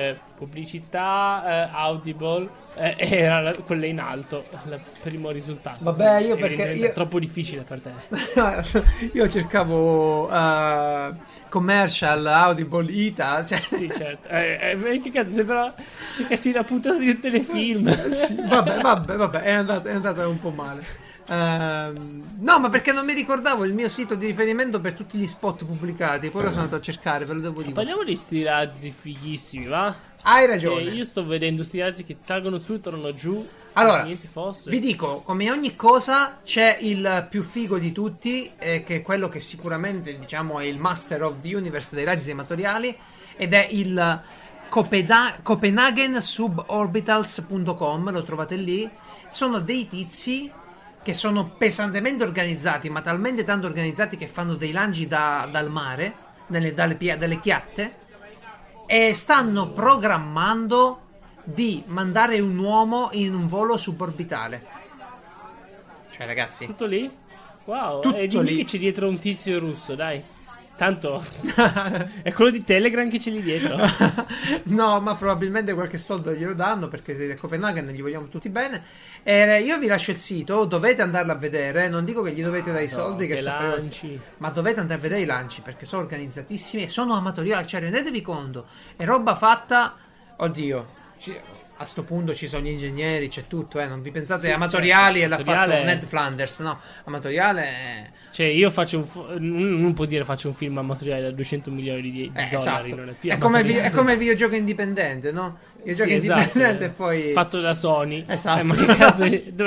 pubblicità Audible, era quella in alto, il primo risultato. Vabbè, io perché è troppo difficile per te. Io cercavo commercial Audible Ita, cioè... Sì, certo. Che cazzo, sembra cercassi la puntata di un telefilm. Sì, vabbè, è andata un po' male. No, ma perché non mi ricordavo il mio sito di riferimento per tutti gli spot pubblicati. Poi lo sono andato a cercare, ve lo devo dire. Parliamo di sti razzi fighissimi, va? Hai ragione. Io sto vedendo sti razzi che salgono su e tornano giù. Allora, niente fosse. vi dico, come ogni cosa c'è il più figo di tutti, che è quello che sicuramente, diciamo, è il Master of the Universe dei razzi amatoriali, ed è il Copenhagen Suborbitals.com. Lo trovate lì. Sono dei tizi che sono pesantemente organizzati, ma talmente tanto organizzati che fanno dei lanci dal mare, dalle chiatte, e stanno programmando di mandare un uomo in un volo suborbitale. Cioè, ragazzi, tutto lì? Wow, tutto e dimmi lì. che c'è dietro un tizio russo, dai. Tanto è quello di Telegram che ce li dietro. No, ma probabilmente qualche soldo glielo danno, perché se a Copenaghen gli vogliamo tutti bene. Io vi lascio il sito, dovete andarlo a vedere. Non dico che gli dovete dare i soldi, che lanci. ma dovete andare a vedere i lanci, perché sono organizzatissimi e sono amatoriali. Cioè, rendetevi conto, è roba fatta. Oddio, a sto punto ci sono gli ingegneri, c'è tutto, non vi pensate sì, amatoriali, certo. e l'ha fatto Ned Flanders, no, amatoriale cioè io faccio non può dire faccio un film amatoriale da 200 milioni di dollari, esatto. Non è più è come il videogioco indipendente, no? Il gioco indipendente e poi fatto da Sony, esatto. Ma che cazzo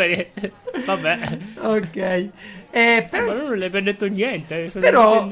vabbè, ok. Ma non le abbiamo detto niente, però,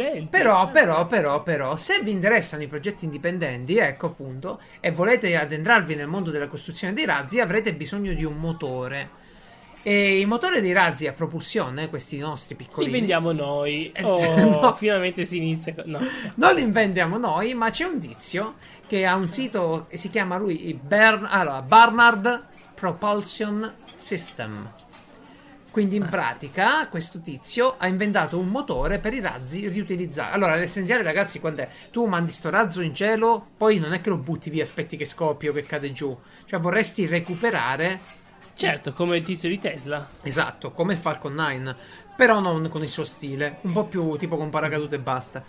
se vi interessano i progetti indipendenti, ecco appunto, e volete addentrarvi nel mondo della costruzione dei razzi, avrete bisogno di un motore. E i motori dei razzi a propulsione, questi nostri piccolini, li vendiamo noi. No. Finalmente si inizia. No. Non li inventiamo noi, ma c'è un tizio che ha un sito, si chiama lui Barnard Propulsion System. Quindi in pratica questo tizio ha inventato un motore per i razzi riutilizzati. Allora, l'essenziale, ragazzi, quando è? Tu mandi sto razzo in cielo, poi non è che lo butti via, aspetti che scoppi o che cade giù. Cioè vorresti recuperare. Certo, come il tizio di Tesla. Esatto, come il Falcon 9, però non con il suo stile, un po' più tipo con paracadute e basta.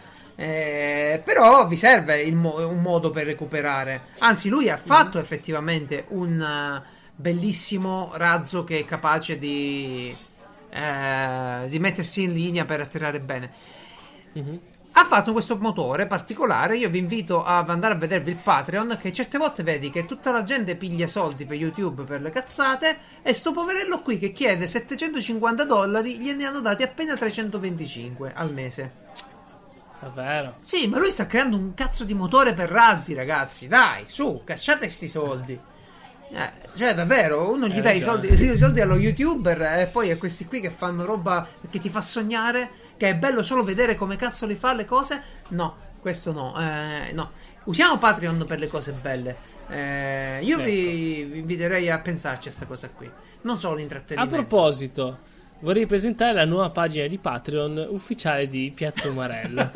Però vi serve un modo per recuperare. Anzi, lui ha fatto effettivamente un bellissimo razzo che è capace di mettersi in linea per atterrare bene. Ha fatto questo motore particolare. Io vi invito ad andare a vedervi il Patreon, che certe volte vedi che tutta la gente piglia soldi per YouTube per le cazzate, e sto poverello qui che chiede $750 gliene hanno dati appena 325 al mese. Davvero? Sì, ma lui sta creando un cazzo di motore per razzi, ragazzi. Dai, su, cacciate sti soldi. Cioè, davvero, uno gli dà i soldi allo YouTuber, e poi a questi qui che fanno roba che ti fa sognare, che è bello solo vedere come cazzo li fa le cose. No, questo no. No. Usiamo Patreon per le cose belle. Io Ecco. vi inviterei a pensarci a questa cosa qui. Non solo A intrattenimento. proposito, vorrei presentare la nuova pagina di Patreon ufficiale di Piazza Umarella.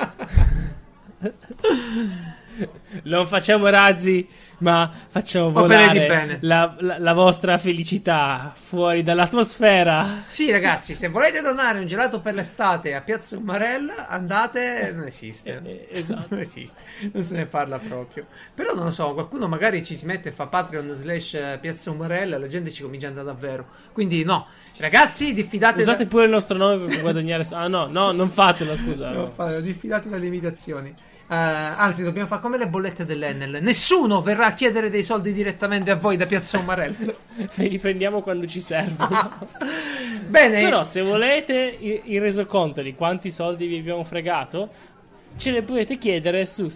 Non facciamo razzi, ma facciamo Opere di volare bene. la vostra felicità fuori dall'atmosfera. Sì, ragazzi, se volete donare un gelato per l'estate a Piazza Umarella, andate. Non esiste. Esatto. Non esiste. Non se ne parla proprio. Però non lo so, qualcuno magari ci si mette e fa Patreon / Piazza Umarella e la gente ci comincia a andare davvero. Quindi no. Ragazzi, diffidate Usate pure il nostro nome per guadagnare. Ah, no, non fatelo, scusa. No, diffidate dalle imitazioni. Anzi, dobbiamo fare come le bollette dell'Enel. Nessuno verrà a chiedere dei soldi direttamente a voi da Piazza Umarella. Ve li prendiamo quando ci servono. Bene. Però, se volete il resoconto di quanti soldi vi abbiamo fregato, ce le potete chiedere su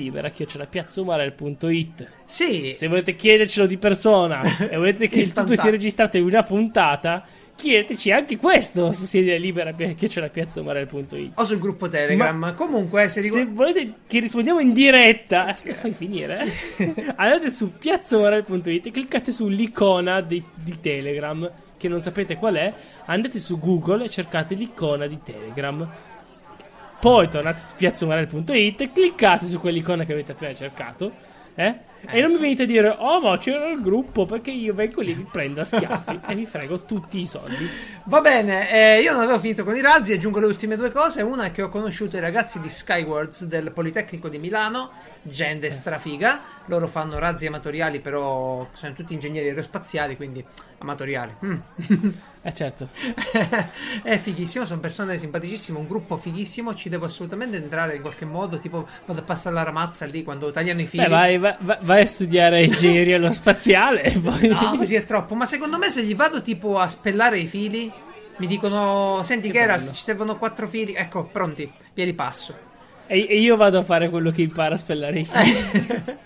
segnalibera@piazzaumarell.it. Sì. Se volete chiedercelo di persona e volete che il tutto Istantaneo. sia registrato in una puntata, chiedeteci anche questo su segnalibera@piazzaumarell.it. O sul gruppo Telegram. Comunque, se Se volete che rispondiamo in diretta, aspetta, fai finire. Andate su piazzaumarell.it e cliccate sull'icona di Telegram, che non sapete qual è. Andate su Google e cercate l'icona di Telegram. Poi tornate su piazzaumarell.it e cliccate su quell'icona che avete appena cercato. E non mi venite a dire: oh, ma c'era il gruppo, perché io vengo lì, vi prendo a schiaffi e vi frego tutti i soldi. Va bene, io non avevo finito con i razzi, aggiungo le ultime due cose. Una è che ho conosciuto i ragazzi di Skywards del Politecnico di Milano, gente strafiga. Loro fanno razzi amatoriali, però sono tutti ingegneri aerospaziali, quindi amatoriali. Certo. È fighissimo, sono persone simpaticissime, un gruppo fighissimo. Ci devo assolutamente entrare in qualche modo. Tipo, vado a passare la ramazza lì quando tagliano i fili. Vai a studiare ingegneria aerospaziale e poi... No, così è troppo. Ma secondo me, se gli vado tipo a spellare i fili, mi dicono: senti, Geralt, ci servono 4 fili. Ecco, pronti, glieli passo. E io vado a fare quello che impara a spellare i fili.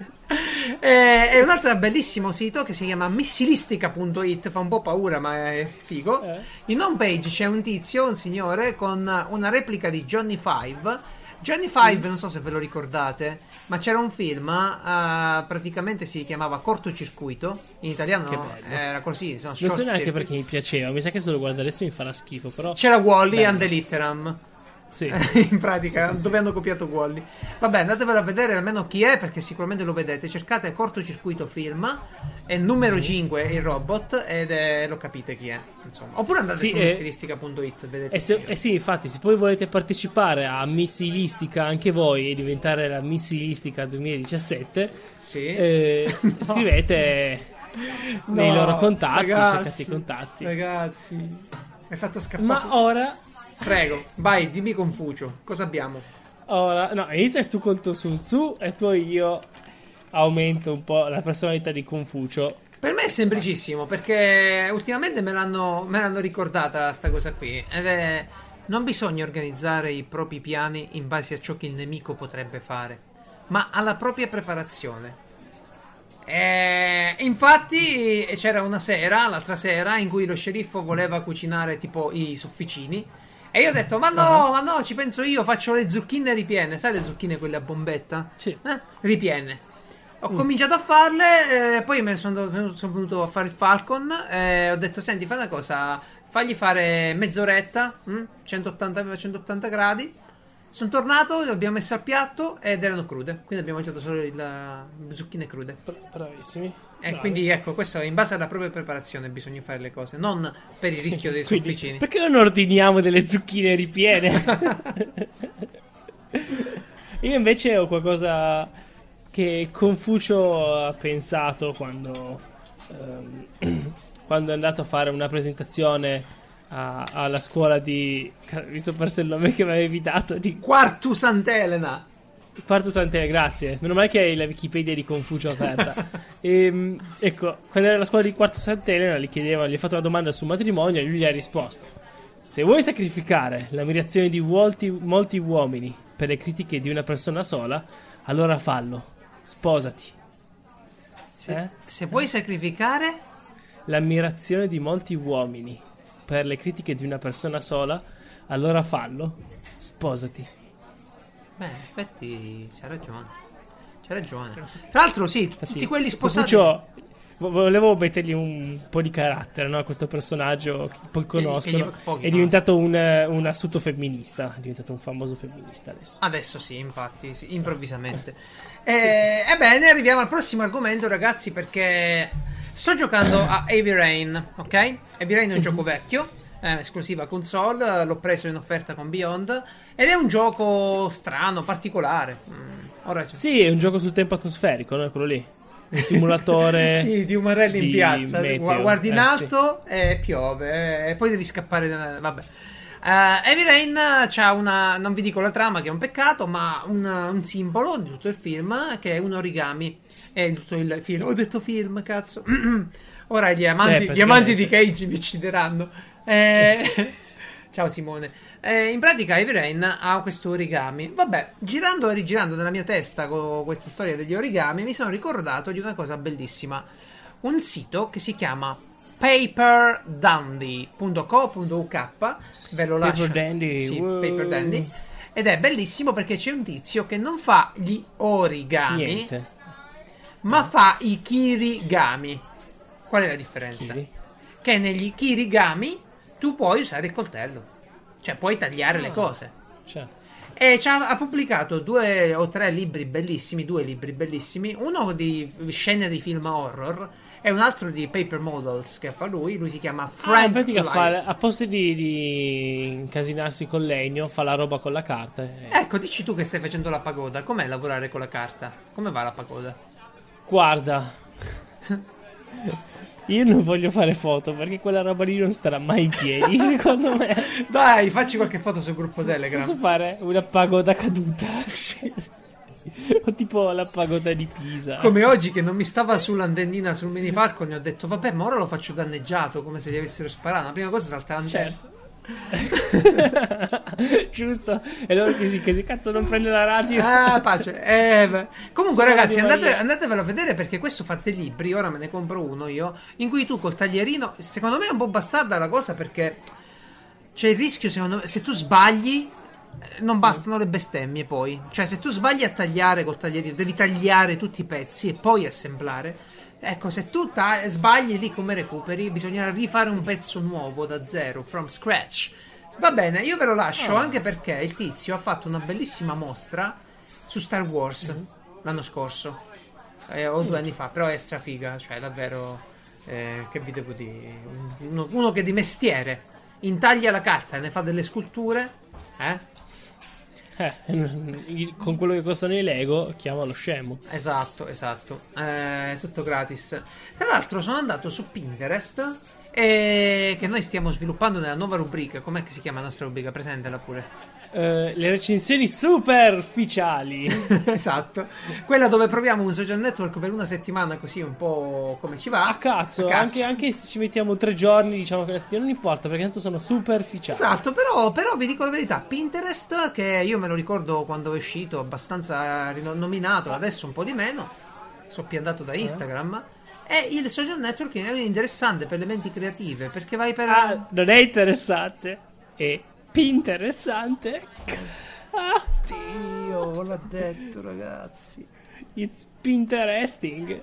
È un altro bellissimo sito che si chiama missilistica.it. Fa un po' paura, ma è figo. In home page c'è un tizio, un signore, con una replica di Johnny Five. Johnny Five, non so se ve lo ricordate, ma c'era un film, praticamente si chiamava Cortocircuito. In italiano Che bello. era così. Sono Non so short neanche circuit. perché mi piaceva. Mi sa che se lo guardo adesso mi farà schifo, però... C'era Wall-E Bello. and the Litteram. Sì. In pratica, Sì. dove hanno copiato Wall-E. Vabbè, andatevelo a vedere almeno chi è, perché sicuramente lo vedete. Cercate Cortocircuito film, è numero 5 il robot, lo capite chi è, insomma. Oppure andate Sì, su missilistica.it, vedete il signore. Sì, infatti, se poi volete partecipare a Missilistica anche voi e diventare la Missilistica 2017, Sì. scrivete nei No, loro contatti, ragazzi, cercate i contatti. Ragazzi, mi hai fatto scappare. Ma ora, Prego, vai, dimmi Confucio, cosa abbiamo? no, inizia tu col tuo Sun Tzu e poi io aumento un po' la personalità di Confucio. Per me è semplicissimo, perché ultimamente me l'hanno ricordata sta cosa qui, ed è: non bisogna organizzare i propri piani in base a ciò che il nemico potrebbe fare, ma alla propria preparazione. Infatti c'era l'altra sera, in cui lo sceriffo voleva cucinare tipo i sofficini, e io ho detto: ma no, ci penso io, faccio le zucchine ripiene. Sai le zucchine quelle a bombetta? Sì. Ripiene. Ho cominciato a farle, poi sono venuto a fare il Falcon, ho detto: senti, fai una cosa, fagli fare mezz'oretta, 180 gradi. Sono tornato, le abbiamo messe al piatto ed erano crude, quindi abbiamo mangiato solo le zucchine crude. Bravissimi. E Bravi. quindi ecco, questo in base alla propria preparazione bisogna fare le cose, non per il rischio dei Quindi, sofficini. perché non ordiniamo delle zucchine ripiene? Io invece ho qualcosa che Confucio ha pensato quando è andato a fare una presentazione alla scuola di... Mi sono perso il nome che mi avevi dato, di Quartu Sant'Elena. Quarto Sant'Elena, grazie. Meno male che hai la Wikipedia di Confucio aperta. Ecco, quando era alla scuola di Quarto Sant'Elena gli ha fatto una domanda sul matrimonio e lui gli ha risposto: se vuoi sacrificare l'ammirazione di molti uomini per le critiche di una persona sola, allora fallo. Sposati. Se vuoi sacrificare... L'ammirazione di molti uomini per le critiche di una persona sola, allora fallo. Sposati. Beh, in effetti c'ha ragione. C'ha ragione. Tra l'altro, sì, tutti quelli sposati. Volevo mettergli un po' di carattere, no? A questo personaggio che poi conoscono. Pochi È diventato un astuto femminista. È diventato un famoso femminista adesso. Adesso sì, infatti, sì, improvvisamente. Sì. Ebbene, arriviamo al prossimo argomento, ragazzi, perché sto giocando a Heavy Rain, ok? Heavy Rain è un gioco vecchio, esclusiva console, l'ho preso in offerta con Beyond, ed è un gioco strano, particolare. Sì, è un gioco sul tempo atmosferico, no? È quello lì. Un simulatore sì, di umarelli in piazza. Meteo. Guardi in alto e piove, e poi devi scappare. Vabbè. Heavy Rain c'ha una. Non vi dico la trama, che è un peccato, ma un simbolo di tutto il film, che è un origami. È tutto il film. Ho detto film, cazzo. Ora gli amanti di Cage mi uccideranno. Ciao Simone. In pratica Heavy Rain ha questo origami. Vabbè, girando e rigirando nella mia testa con questa storia degli origami, mi sono ricordato di una cosa bellissima. Un sito che si chiama paperdandy.co.uk. Ve lo lascio. Paper Dandy. Sì, Paper Dandy. Ed è bellissimo perché c'è un tizio che non fa gli origami, ma fa i kirigami. Qual è la differenza? Che negli kirigami tu puoi usare il coltello. Cioè puoi tagliare le cose. Certo. E ha pubblicato 2 o 3 libri bellissimi. 2 libri bellissimi. Uno di scene di film horror e un altro di paper models che fa lui. Lui si chiama Frank. In pratica a posto di incasinarsi con legno, fa la roba con la carta. Ecco, dici tu che stai facendo la pagoda. Com'è lavorare con la carta? Come va la pagoda? Guarda, io non voglio fare foto perché quella roba lì non starà mai in piedi, secondo me. Dai, facci qualche foto sul gruppo Telegram. Posso fare una pagoda caduta? Sì. O tipo la pagoda di Pisa. Come oggi che non mi stava sull'antennina sul mini Falcon, e ho detto vabbè, ma ora lo faccio danneggiato, come se gli avessero sparato. La prima cosa è saltare l'antenna. Certo. Giusto. E loro che cazzo non prende la radio. Pace. Comunque ragazzi, andatevelo a vedere, perché questo fa dei libri. Ora me ne compro uno io, in cui tu col taglierino, secondo me è un po' bastarda la cosa, perché c'è il rischio, secondo me, se tu sbagli non bastano le bestemmie poi. Cioè se tu sbagli a tagliare col taglierino, devi tagliare tutti i pezzi e poi assemblare. Ecco, se tu sbagli lì, come recuperi? Bisognerà rifare un pezzo nuovo da zero, from scratch. Va bene, io ve lo lascio, anche perché il tizio ha fatto una bellissima mostra su Star Wars l'anno scorso, o 2 anni fa, però è strafiga, cioè davvero, che vi devo dire, uno che di mestiere intaglia la carta e ne fa delle sculture, con quello che costano i Lego, chiamalo scemo. Esatto, tutto gratis. Tra l'altro sono andato su Pinterest, che noi stiamo sviluppando nella nuova rubrica. Com'è che si chiama la nostra rubrica? Presentala pure. Le recensioni superficiali. Esatto, quella dove proviamo un social network per una settimana, così un po' come ci va. A cazzo. Anche se ci mettiamo 3 giorni, diciamo che la settimana non importa, perché tanto sono superficiali. Esatto, però vi dico la verità, Pinterest, che io me lo ricordo quando è uscito, abbastanza rinominato, adesso un po' di meno, soppiantato da Instagram, è il social network che è interessante per le menti creative, perché vai per... non è interessante, è interessante. Dio, l'ha detto, ragazzi. It's Pinteresting.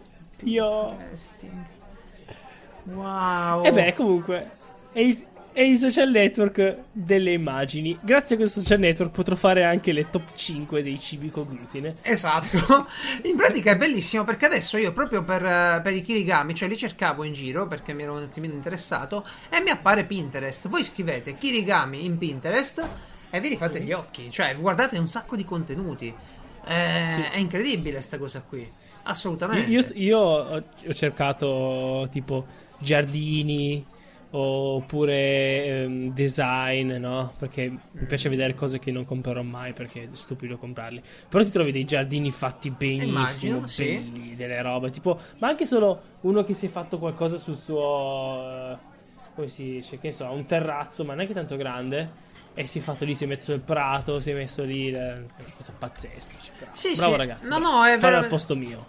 Wow. E beh, comunque è il social network delle immagini. Grazie a questo social network potrò fare anche le top 5 dei cibi con glutine. Esatto. In pratica è bellissimo, perché adesso io proprio per i kirigami, cioè li cercavo in giro perché mi ero un attimino interessato, e mi appare Pinterest. Voi scrivete kirigami in Pinterest e vi rifate gli occhi, cioè guardate un sacco di contenuti. È incredibile sta cosa qui, assolutamente. Io ho cercato tipo giardini oppure design, no? Perché mi piace vedere cose che non comprerò mai, perché è stupido comprarli. Però ti trovi dei giardini fatti benissimo, immagino, belli, sì. Delle robe tipo, ma anche solo uno che si è fatto qualcosa sul suo come si dice, che so, un terrazzo, ma neanche tanto grande, e si è fatto lì, si è messo il prato, si è messo lì, una cosa pazzesca, cioè, sì, bravo sì. ragazzo, no, è farlo vero, al posto mio.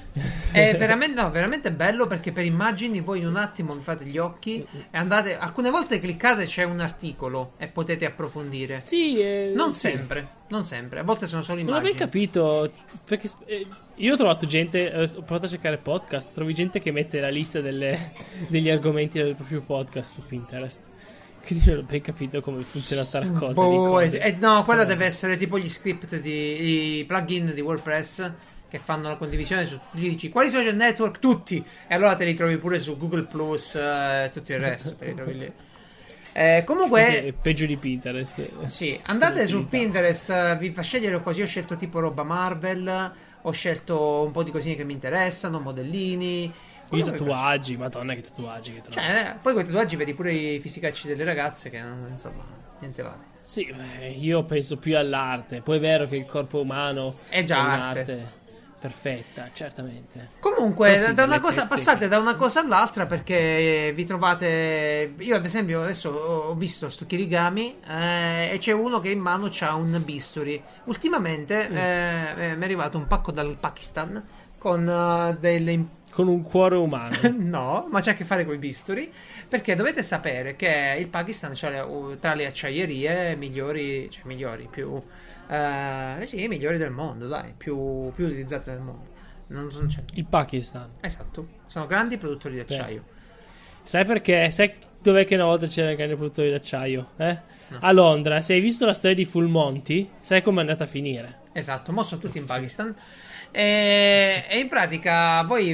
È veramente, no, veramente bello perché per immagini voi in un attimo vi fate gli occhi e andate. Alcune volte cliccate, c'è un articolo e potete approfondire. Sì, Non sì. sempre, non sempre. A volte sono solo Non ho ben immagini. capito. Perché io ho trovato gente. Ho provato a cercare podcast. Trovi gente che mette la lista degli argomenti del proprio podcast su Pinterest. Quindi non ho ben capito come funziona sta raccolta di Boh, cose. no, quello deve essere tipo gli script i plugin di WordPress che fanno la condivisione su gli dici quali social network tutti e allora te li trovi pure su Google Plus e tutto il resto te li trovi lì. Forse è Comunque peggio di Pinterest. sì, andate su L'utilità. Pinterest, vi fa scegliere così. Ho scelto tipo roba Marvel, ho scelto un po' di cosine che mi interessano, modellini. I Quello che vi piace. tatuaggi, madonna che tatuaggi che trovo. Cioè, poi con i tatuaggi vedi pure i fisicacci delle ragazze che insomma, niente vale. Sì, io penso più all'arte. Poi è vero che il corpo umano È già un'arte perfetta, certamente. Comunque, Però sì, da una delle cosa, tette passate che- da una cosa all'altra perché vi trovate. Io, ad esempio, adesso ho visto sto Kirigami e c'è uno che in mano c'ha un bisturi. Ultimamente mi è arrivato un pacco dal Pakistan con delle. Con un cuore umano. No, ma c'ha a che fare con i bisturi. Perché dovete sapere che il Pakistan c'ha tra le acciaierie migliori, cioè migliori, più. Sì, migliori del mondo, dai, più utilizzate del mondo. Non c'è. Il Pakistan. Esatto, sono grandi produttori di Beh. acciaio. Sai perché? Sai dov'è che una volta c'era il grande produttore d'acciaio? No. A Londra. Se hai visto la storia di Full Monty, sai com'è andata a finire. Esatto, mo sono tutti in Pakistan. E in pratica, voi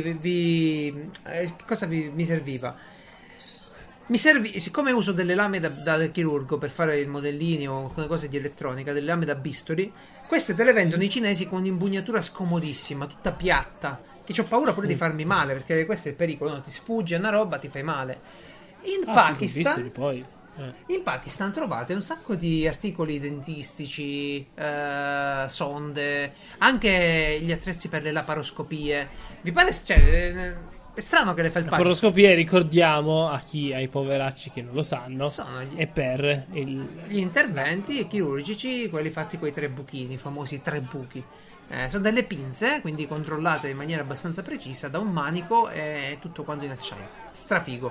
che cosa mi serviva? Siccome uso delle lame da chirurgo per fare i modellini o alcune cose di elettronica, delle lame da bisturi, queste te le vendono i cinesi con un'imbugnatura scomodissima, tutta piatta. Che ho paura pure di farmi male, perché questo è il pericolo, no? Ti sfugge una roba, ti fai male. In Ah, sì, che ho visto Pakistan. di poi. In Pakistan trovate un sacco di articoli dentistici, sonde, anche gli attrezzi per le laparoscopie. Vi pare, cioè, è strano che le fa il La Pakistan. poroscopia, ricordiamo ai poveracci che non lo sanno, Sono è per il. gli interventi chirurgici, quelli fatti con i tre buchini, i famosi tre buchi. Sono delle pinze, quindi controllate in maniera abbastanza precisa da un manico e tutto quanto in acciaio. Strafigo.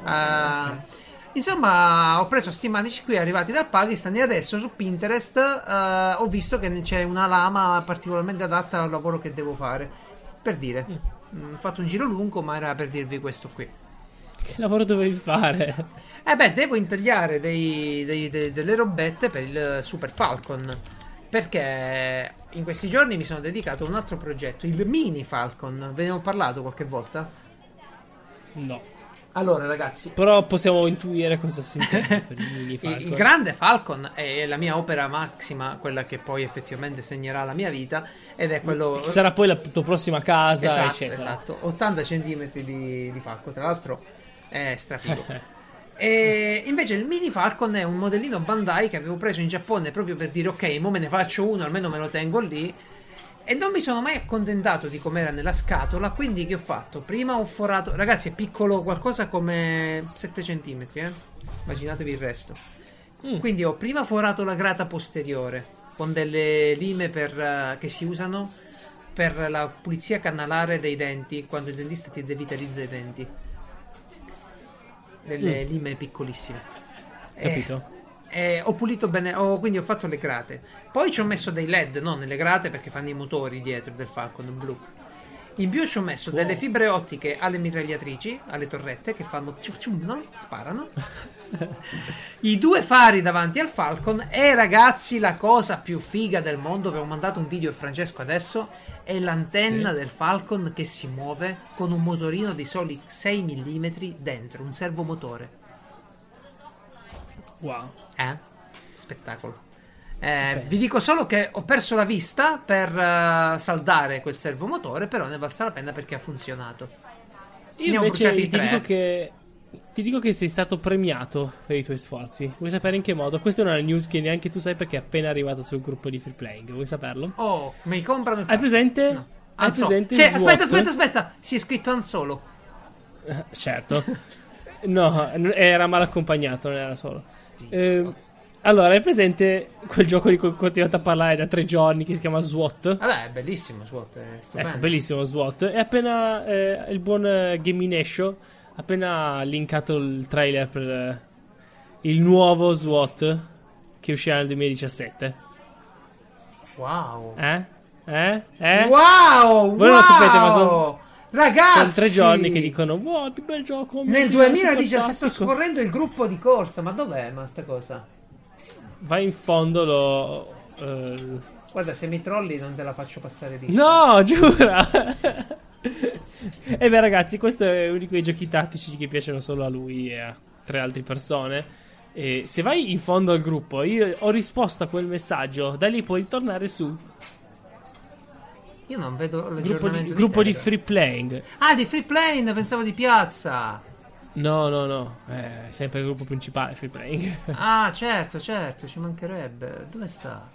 Insomma, ho preso sti manici qui arrivati dal Pakistan e adesso su Pinterest ho visto che c'è una lama particolarmente adatta al lavoro che devo fare. Per dire, ho fatto un giro lungo, ma era per dirvi questo qui. Che lavoro dovevi fare? Devo intagliare delle robette per il Super Falcon. Perché in questi giorni mi sono dedicato a un altro progetto, il Mini Falcon. Ve ne ho parlato qualche volta? No. Allora, ragazzi, Però possiamo intuire cosa si intende per il mini Falcon. il grande Falcon è la mia opera massima, quella che poi effettivamente segnerà la mia vita, ed è quello. Che sarà poi la tua prossima casa, Esatto, eccetera. esatto. 80 centimetri di Falcon, tra l'altro è strafigo. E invece il Mini Falcon è un modellino Bandai che avevo preso in Giappone proprio per dire ok, mo me ne faccio uno, almeno me lo tengo lì. E non mi sono mai accontentato di com'era nella scatola, quindi che ho fatto? Prima ho forato. Ragazzi, è piccolo, qualcosa come 7 centimetri, eh? Immaginatevi il resto. Quindi ho prima forato la grata posteriore con delle lime che si usano per la pulizia canalare dei denti, quando il dentista ti devitalizza i denti. Delle lime piccolissime. Capito? Ho pulito bene, quindi ho fatto le grate. Poi ci ho messo dei LED, no, nelle grate perché fanno i motori dietro del Falcon blu. In più ci ho messo delle fibre ottiche alle mitragliatrici, alle torrette che fanno no? Sparano. I due fari davanti al Falcon e ragazzi la cosa più figa del mondo, vi ho mandato un video a Francesco adesso, è l'antenna del Falcon che si muove con un motorino di soli 6 mm dentro, un servomotore. Wow. Spettacolo. Vi dico solo che ho perso la vista per saldare quel servomotore, però ne è valsa la pena perché ha funzionato. Io Ne ho invece bruciati tre. ti dico che sei stato premiato per i tuoi sforzi. Vuoi sapere in che modo? Questa è una news che neanche tu sai perché è appena arrivata sul gruppo di Free Playing. Vuoi saperlo? Oh, mi comprano il Hai Falcon. presente? No. Hai Anzo. presente Sì, il SWAT? aspetta. Si è scritto Anzolo. Certo. No, era mal accompagnato, non era solo. Allora, è presente quel gioco di cui ho continuato a parlare da 3 giorni che si chiama SWAT? Vabbè, è bellissimo SWAT, è stupendo. Ecco, bellissimo SWAT. E appena il buon Gamination ha appena linkato il trailer per il nuovo SWAT che uscirà nel 2017. Wow. Voi Wow! non lo sapete, ma sono Ragazzi! 3 giorni che dicono wow, più bel gioco. Nel Dio, 2017 sto fantastico. scorrendo il gruppo di corsa, ma dov'è ma sta cosa? Vai in fondo, lo... Guarda, se mi trolli non te la faccio passare di. No, giura! E beh ragazzi, questo è uno di quei giochi tattici che piacciono solo a lui e a 3 altre persone. E se vai in fondo al gruppo, io ho risposto a quel messaggio, da lì puoi tornare su. Io non vedo Gruppo l'aggiornamento di, gruppo di Telegram. free playing. Ah, di Free Plane, pensavo di Piazza. No, sempre il gruppo principale free playing. Ah, certo, ci mancherebbe. Dove sta?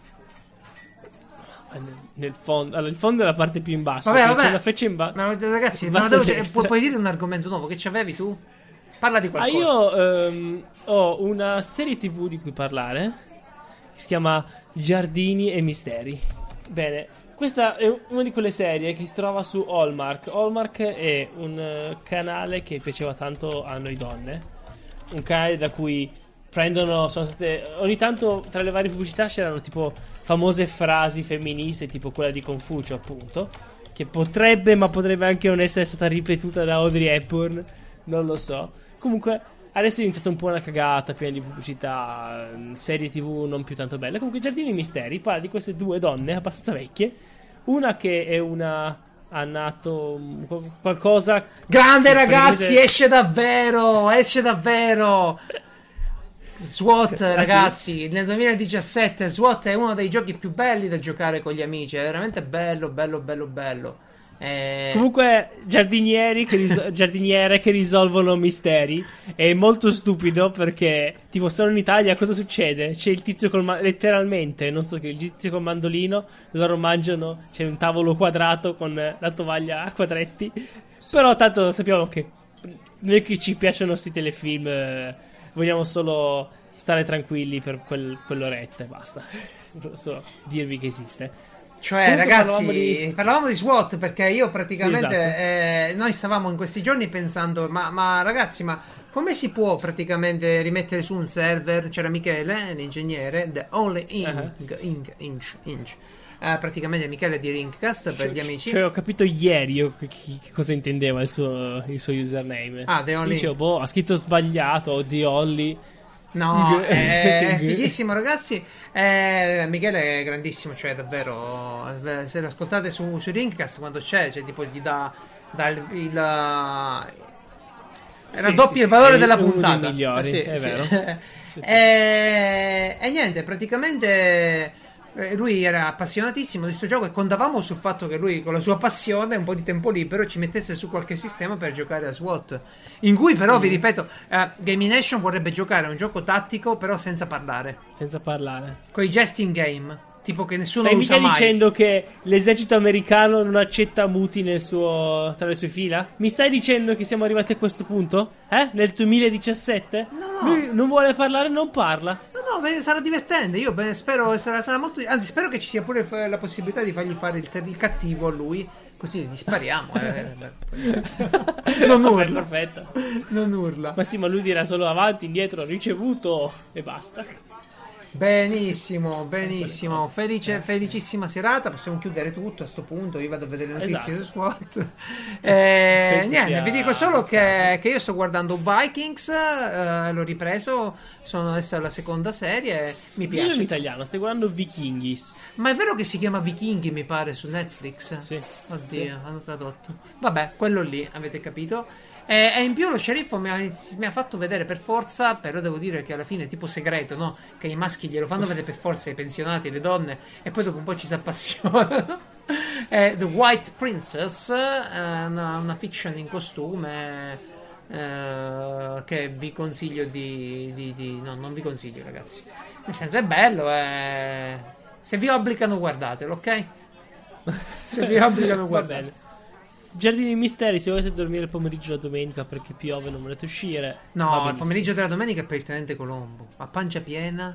Nel fondo, allora, il fondo è la parte più in basso. Vabbè, cioè, vabbè. c'è una freccia in basso. Ma ragazzi, in ma basso a devo- destra. puoi dire un argomento nuovo che c'avevi tu? Parla di qualcosa. Io ho una serie TV di cui parlare che si chiama Giardini e Misteri. Bene, questa è una di quelle serie che si trova su Hallmark. Hallmark è un canale che piaceva tanto a noi donne. Un canale da cui prendono, sono state, ogni tanto tra le varie pubblicità c'erano tipo famose frasi femministe, tipo quella di Confucio, appunto, che potrebbe, ma potrebbe anche non essere stata ripetuta da Audrey Hepburn, non lo so. Comunque adesso è diventata un po' una cagata, piena di pubblicità, serie TV non più tanto belle. Comunque Giardini Misteri parla di queste 2 donne abbastanza vecchie, una che è una ha nato qualcosa Grande che ragazzi, praticamente- esce davvero. SWAT, sì? ragazzi, nel 2017 SWAT è uno dei giochi più belli da giocare con gli amici, è veramente bello. Comunque, giardiniere che risolvono misteri. È molto stupido perché, tipo, sono in Italia, cosa succede? C'è il tizio letteralmente, non so che, il tizio col mandolino, loro mangiano, c'è un tavolo quadrato con la tovaglia a quadretti. Però, tanto sappiamo che noi che ci piacciono sti telefilm, vogliamo solo stare tranquilli per quell'oretta e basta. Non so dirvi che esiste. Cioè, Comunque ragazzi, parlavamo di SWAT perché io praticamente, Sì, esatto. noi stavamo in questi giorni pensando, ma ragazzi, ma come si può praticamente rimettere su un server? C'era Michele, l'ingegnere, The Only Inch. Praticamente Michele di Ringcast per gli amici. Cioè, ho capito ieri io che cosa intendeva il suo username. Ah, The Only. Dicevo, boh, ha scritto sbagliato, o The Only. No, è fighissimo, ragazzi. Michele è grandissimo, cioè davvero. Se lo ascoltate su Ringcast quando c'è, cioè tipo gli dà raddoppia il valore della uno puntata. dei migliori, Sì, è sì. vero. E niente, praticamente lui era appassionatissimo di questo gioco e contavamo sul fatto che lui con la sua passione un po' di tempo libero ci mettesse su qualche sistema per giocare a SWAT, in cui però vi ripeto, Gamination vorrebbe giocare a un gioco tattico però senza parlare, Senza parlare. con i gesti in game, tipo che nessuno Stai usa mica mai. dicendo che l'esercito americano non accetta muti tra le sue fila? Mi stai dicendo che siamo arrivati a questo punto? Nel 2017? No. Lui non vuole parlare, non parla. No, sarà divertente. Io spero sarà molto. Anzi, spero che ci sia pure la possibilità di fargli fare il cattivo a lui. Così gli spariamo. Non urla. Perfetto. Non urla. Ma sì, ma lui dirà solo avanti, indietro, ricevuto e basta. Benissimo. Felicissima serata. Possiamo chiudere tutto a sto punto. Io vado a vedere le notizie Esatto. su SWAT. Penso Niente, sia vi dico solo il caso. che io sto guardando Vikings. L'ho ripreso. Sono adesso alla seconda serie. Mi Dillo in piace. italiano, stai guardando Vikingis. Ma è vero che si chiama Vichinghi, mi pare, su Netflix? Sì. Oddio, Sì. hanno tradotto. Vabbè, quello lì, avete capito? E in più lo sceriffo mi ha fatto vedere per forza, però devo dire che alla fine è tipo segreto, no? Che i maschi glielo fanno vedere per forza ai pensionati, le donne, e poi dopo un po' ci si appassionano. The White Princess, una fiction in costume che vi consiglio no, non vi consiglio, ragazzi. Nel senso è bello, se vi obbligano guardatelo, ok? Se vi obbligano Va guardatelo. bene. Giardini Misteri, se volete dormire il pomeriggio la domenica perché piove e non volete uscire. va No, il benissimo. pomeriggio della domenica è per il tenente Colombo. A pancia piena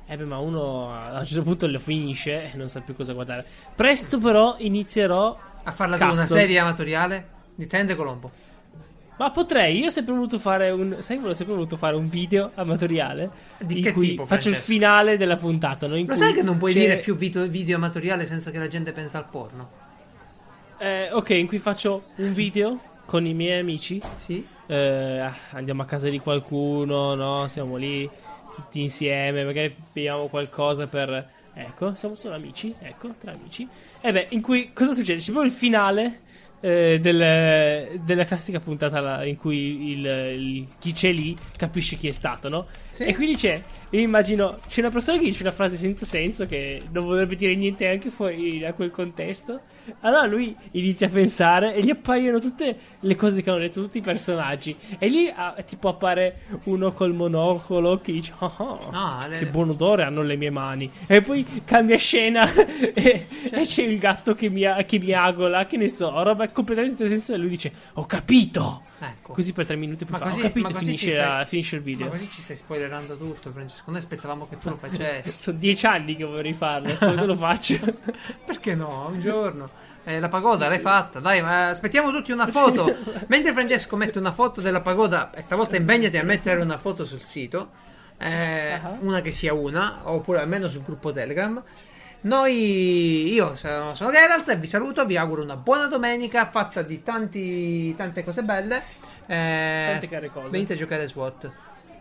beh, ma uno a un certo punto lo finisce e non sa più cosa guardare. Presto però inizierò A farla tu una Castle. serie amatoriale di Tende Colombo. Ma potrei, io ho sempre voluto fare ho sempre voluto fare un video amatoriale Di in che cui tipo, faccio il Francesco? finale della puntata, no? In Lo cui sai che non puoi c'è- dire più video amatoriale senza che la gente pensa al porno? ok, in cui faccio un video con i miei amici. Sì? Andiamo a casa di qualcuno, no? Siamo lì tutti insieme, magari beviamo qualcosa per... Ecco, siamo solo amici, ecco, tra amici. E beh, in cui cosa succede? C'è proprio il finale della classica puntata in cui chi c'è lì capisce chi è stato, no? Sì. E quindi io immagino, c'è una persona che dice una frase senza senso che non vorrebbe dire niente anche fuori da quel contesto. Allora lui inizia a pensare e gli appaiono tutte le cose che hanno detto tutti i personaggi. E lì tipo appare uno col monocolo che dice: No, che buon odore hanno le mie mani. E poi cambia scena e c'è il gatto che miagola, che ne so, roba completamente senza senso. E lui dice: ho capito. Ecco. Così per 3 minuti poi Ma fa: così- ho capito, ma così ci finisce il Ma video. così ci stai spoilerando tutto, Francesco. Noi aspettavamo che tu lo facessi. Sono 10 anni che vorrei farlo, se lo faccio. Perché no? Un giorno. La pagoda l'hai fatta, dai, ma aspettiamo tutti una foto. Mentre Francesco mette una foto della pagoda, e stavolta impegnati a mettere una foto sul sito, una che sia una, oppure almeno sul gruppo Telegram. Io sono Geralt e vi saluto, vi auguro una buona domenica fatta di tante cose belle. Tante care cose. Venite a giocare a SWAT.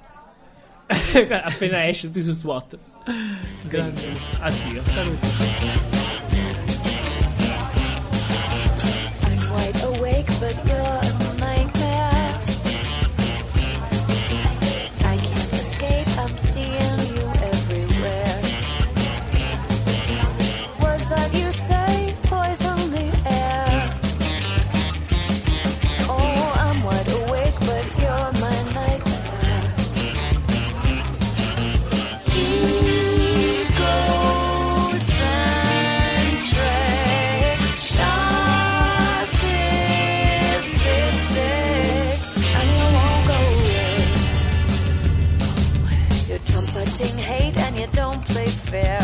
Appena esce tutti su SWAT. Grazie. Addio. Saluti. I'm wide awake, but you're a nightmare. I can't escape, I'm seeing you everywhere. Words that you say poison the air. Oh, I'm wide awake, but you're my nightmare. Egocentric, narcissistic, and you won't go away. You're trumpeting hate and you don't play fair.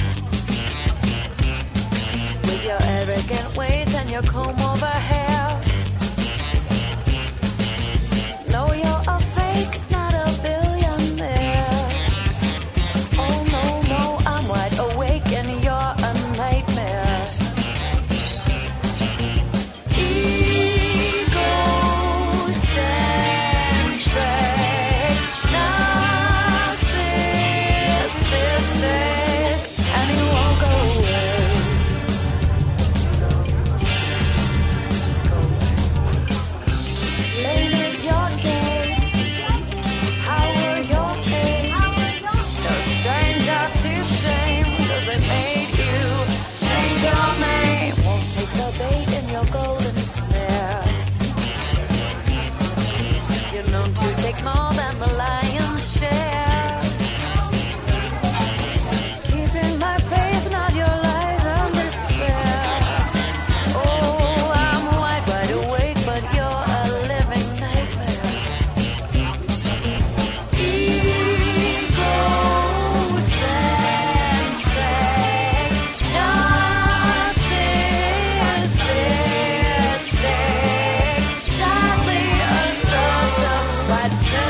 With your arrogant ways and your comb over hair. No, you're a fake, not a billionaire. Oh no, no, I'm wide awake and you're a nightmare. Egocentric, narcissistic, and you won't go away. Just go away. Ladies, you're gay. How were your days? No stranger to shame, 'cause they made you change your name. Won't take the bait in your golden snare. You're known to take more than the lion's share. Keeping my faith, not your lies and despair. Oh, I'm wide awake, but you're a living nightmare. Egocentric, narcissistic, sadly assertive, quite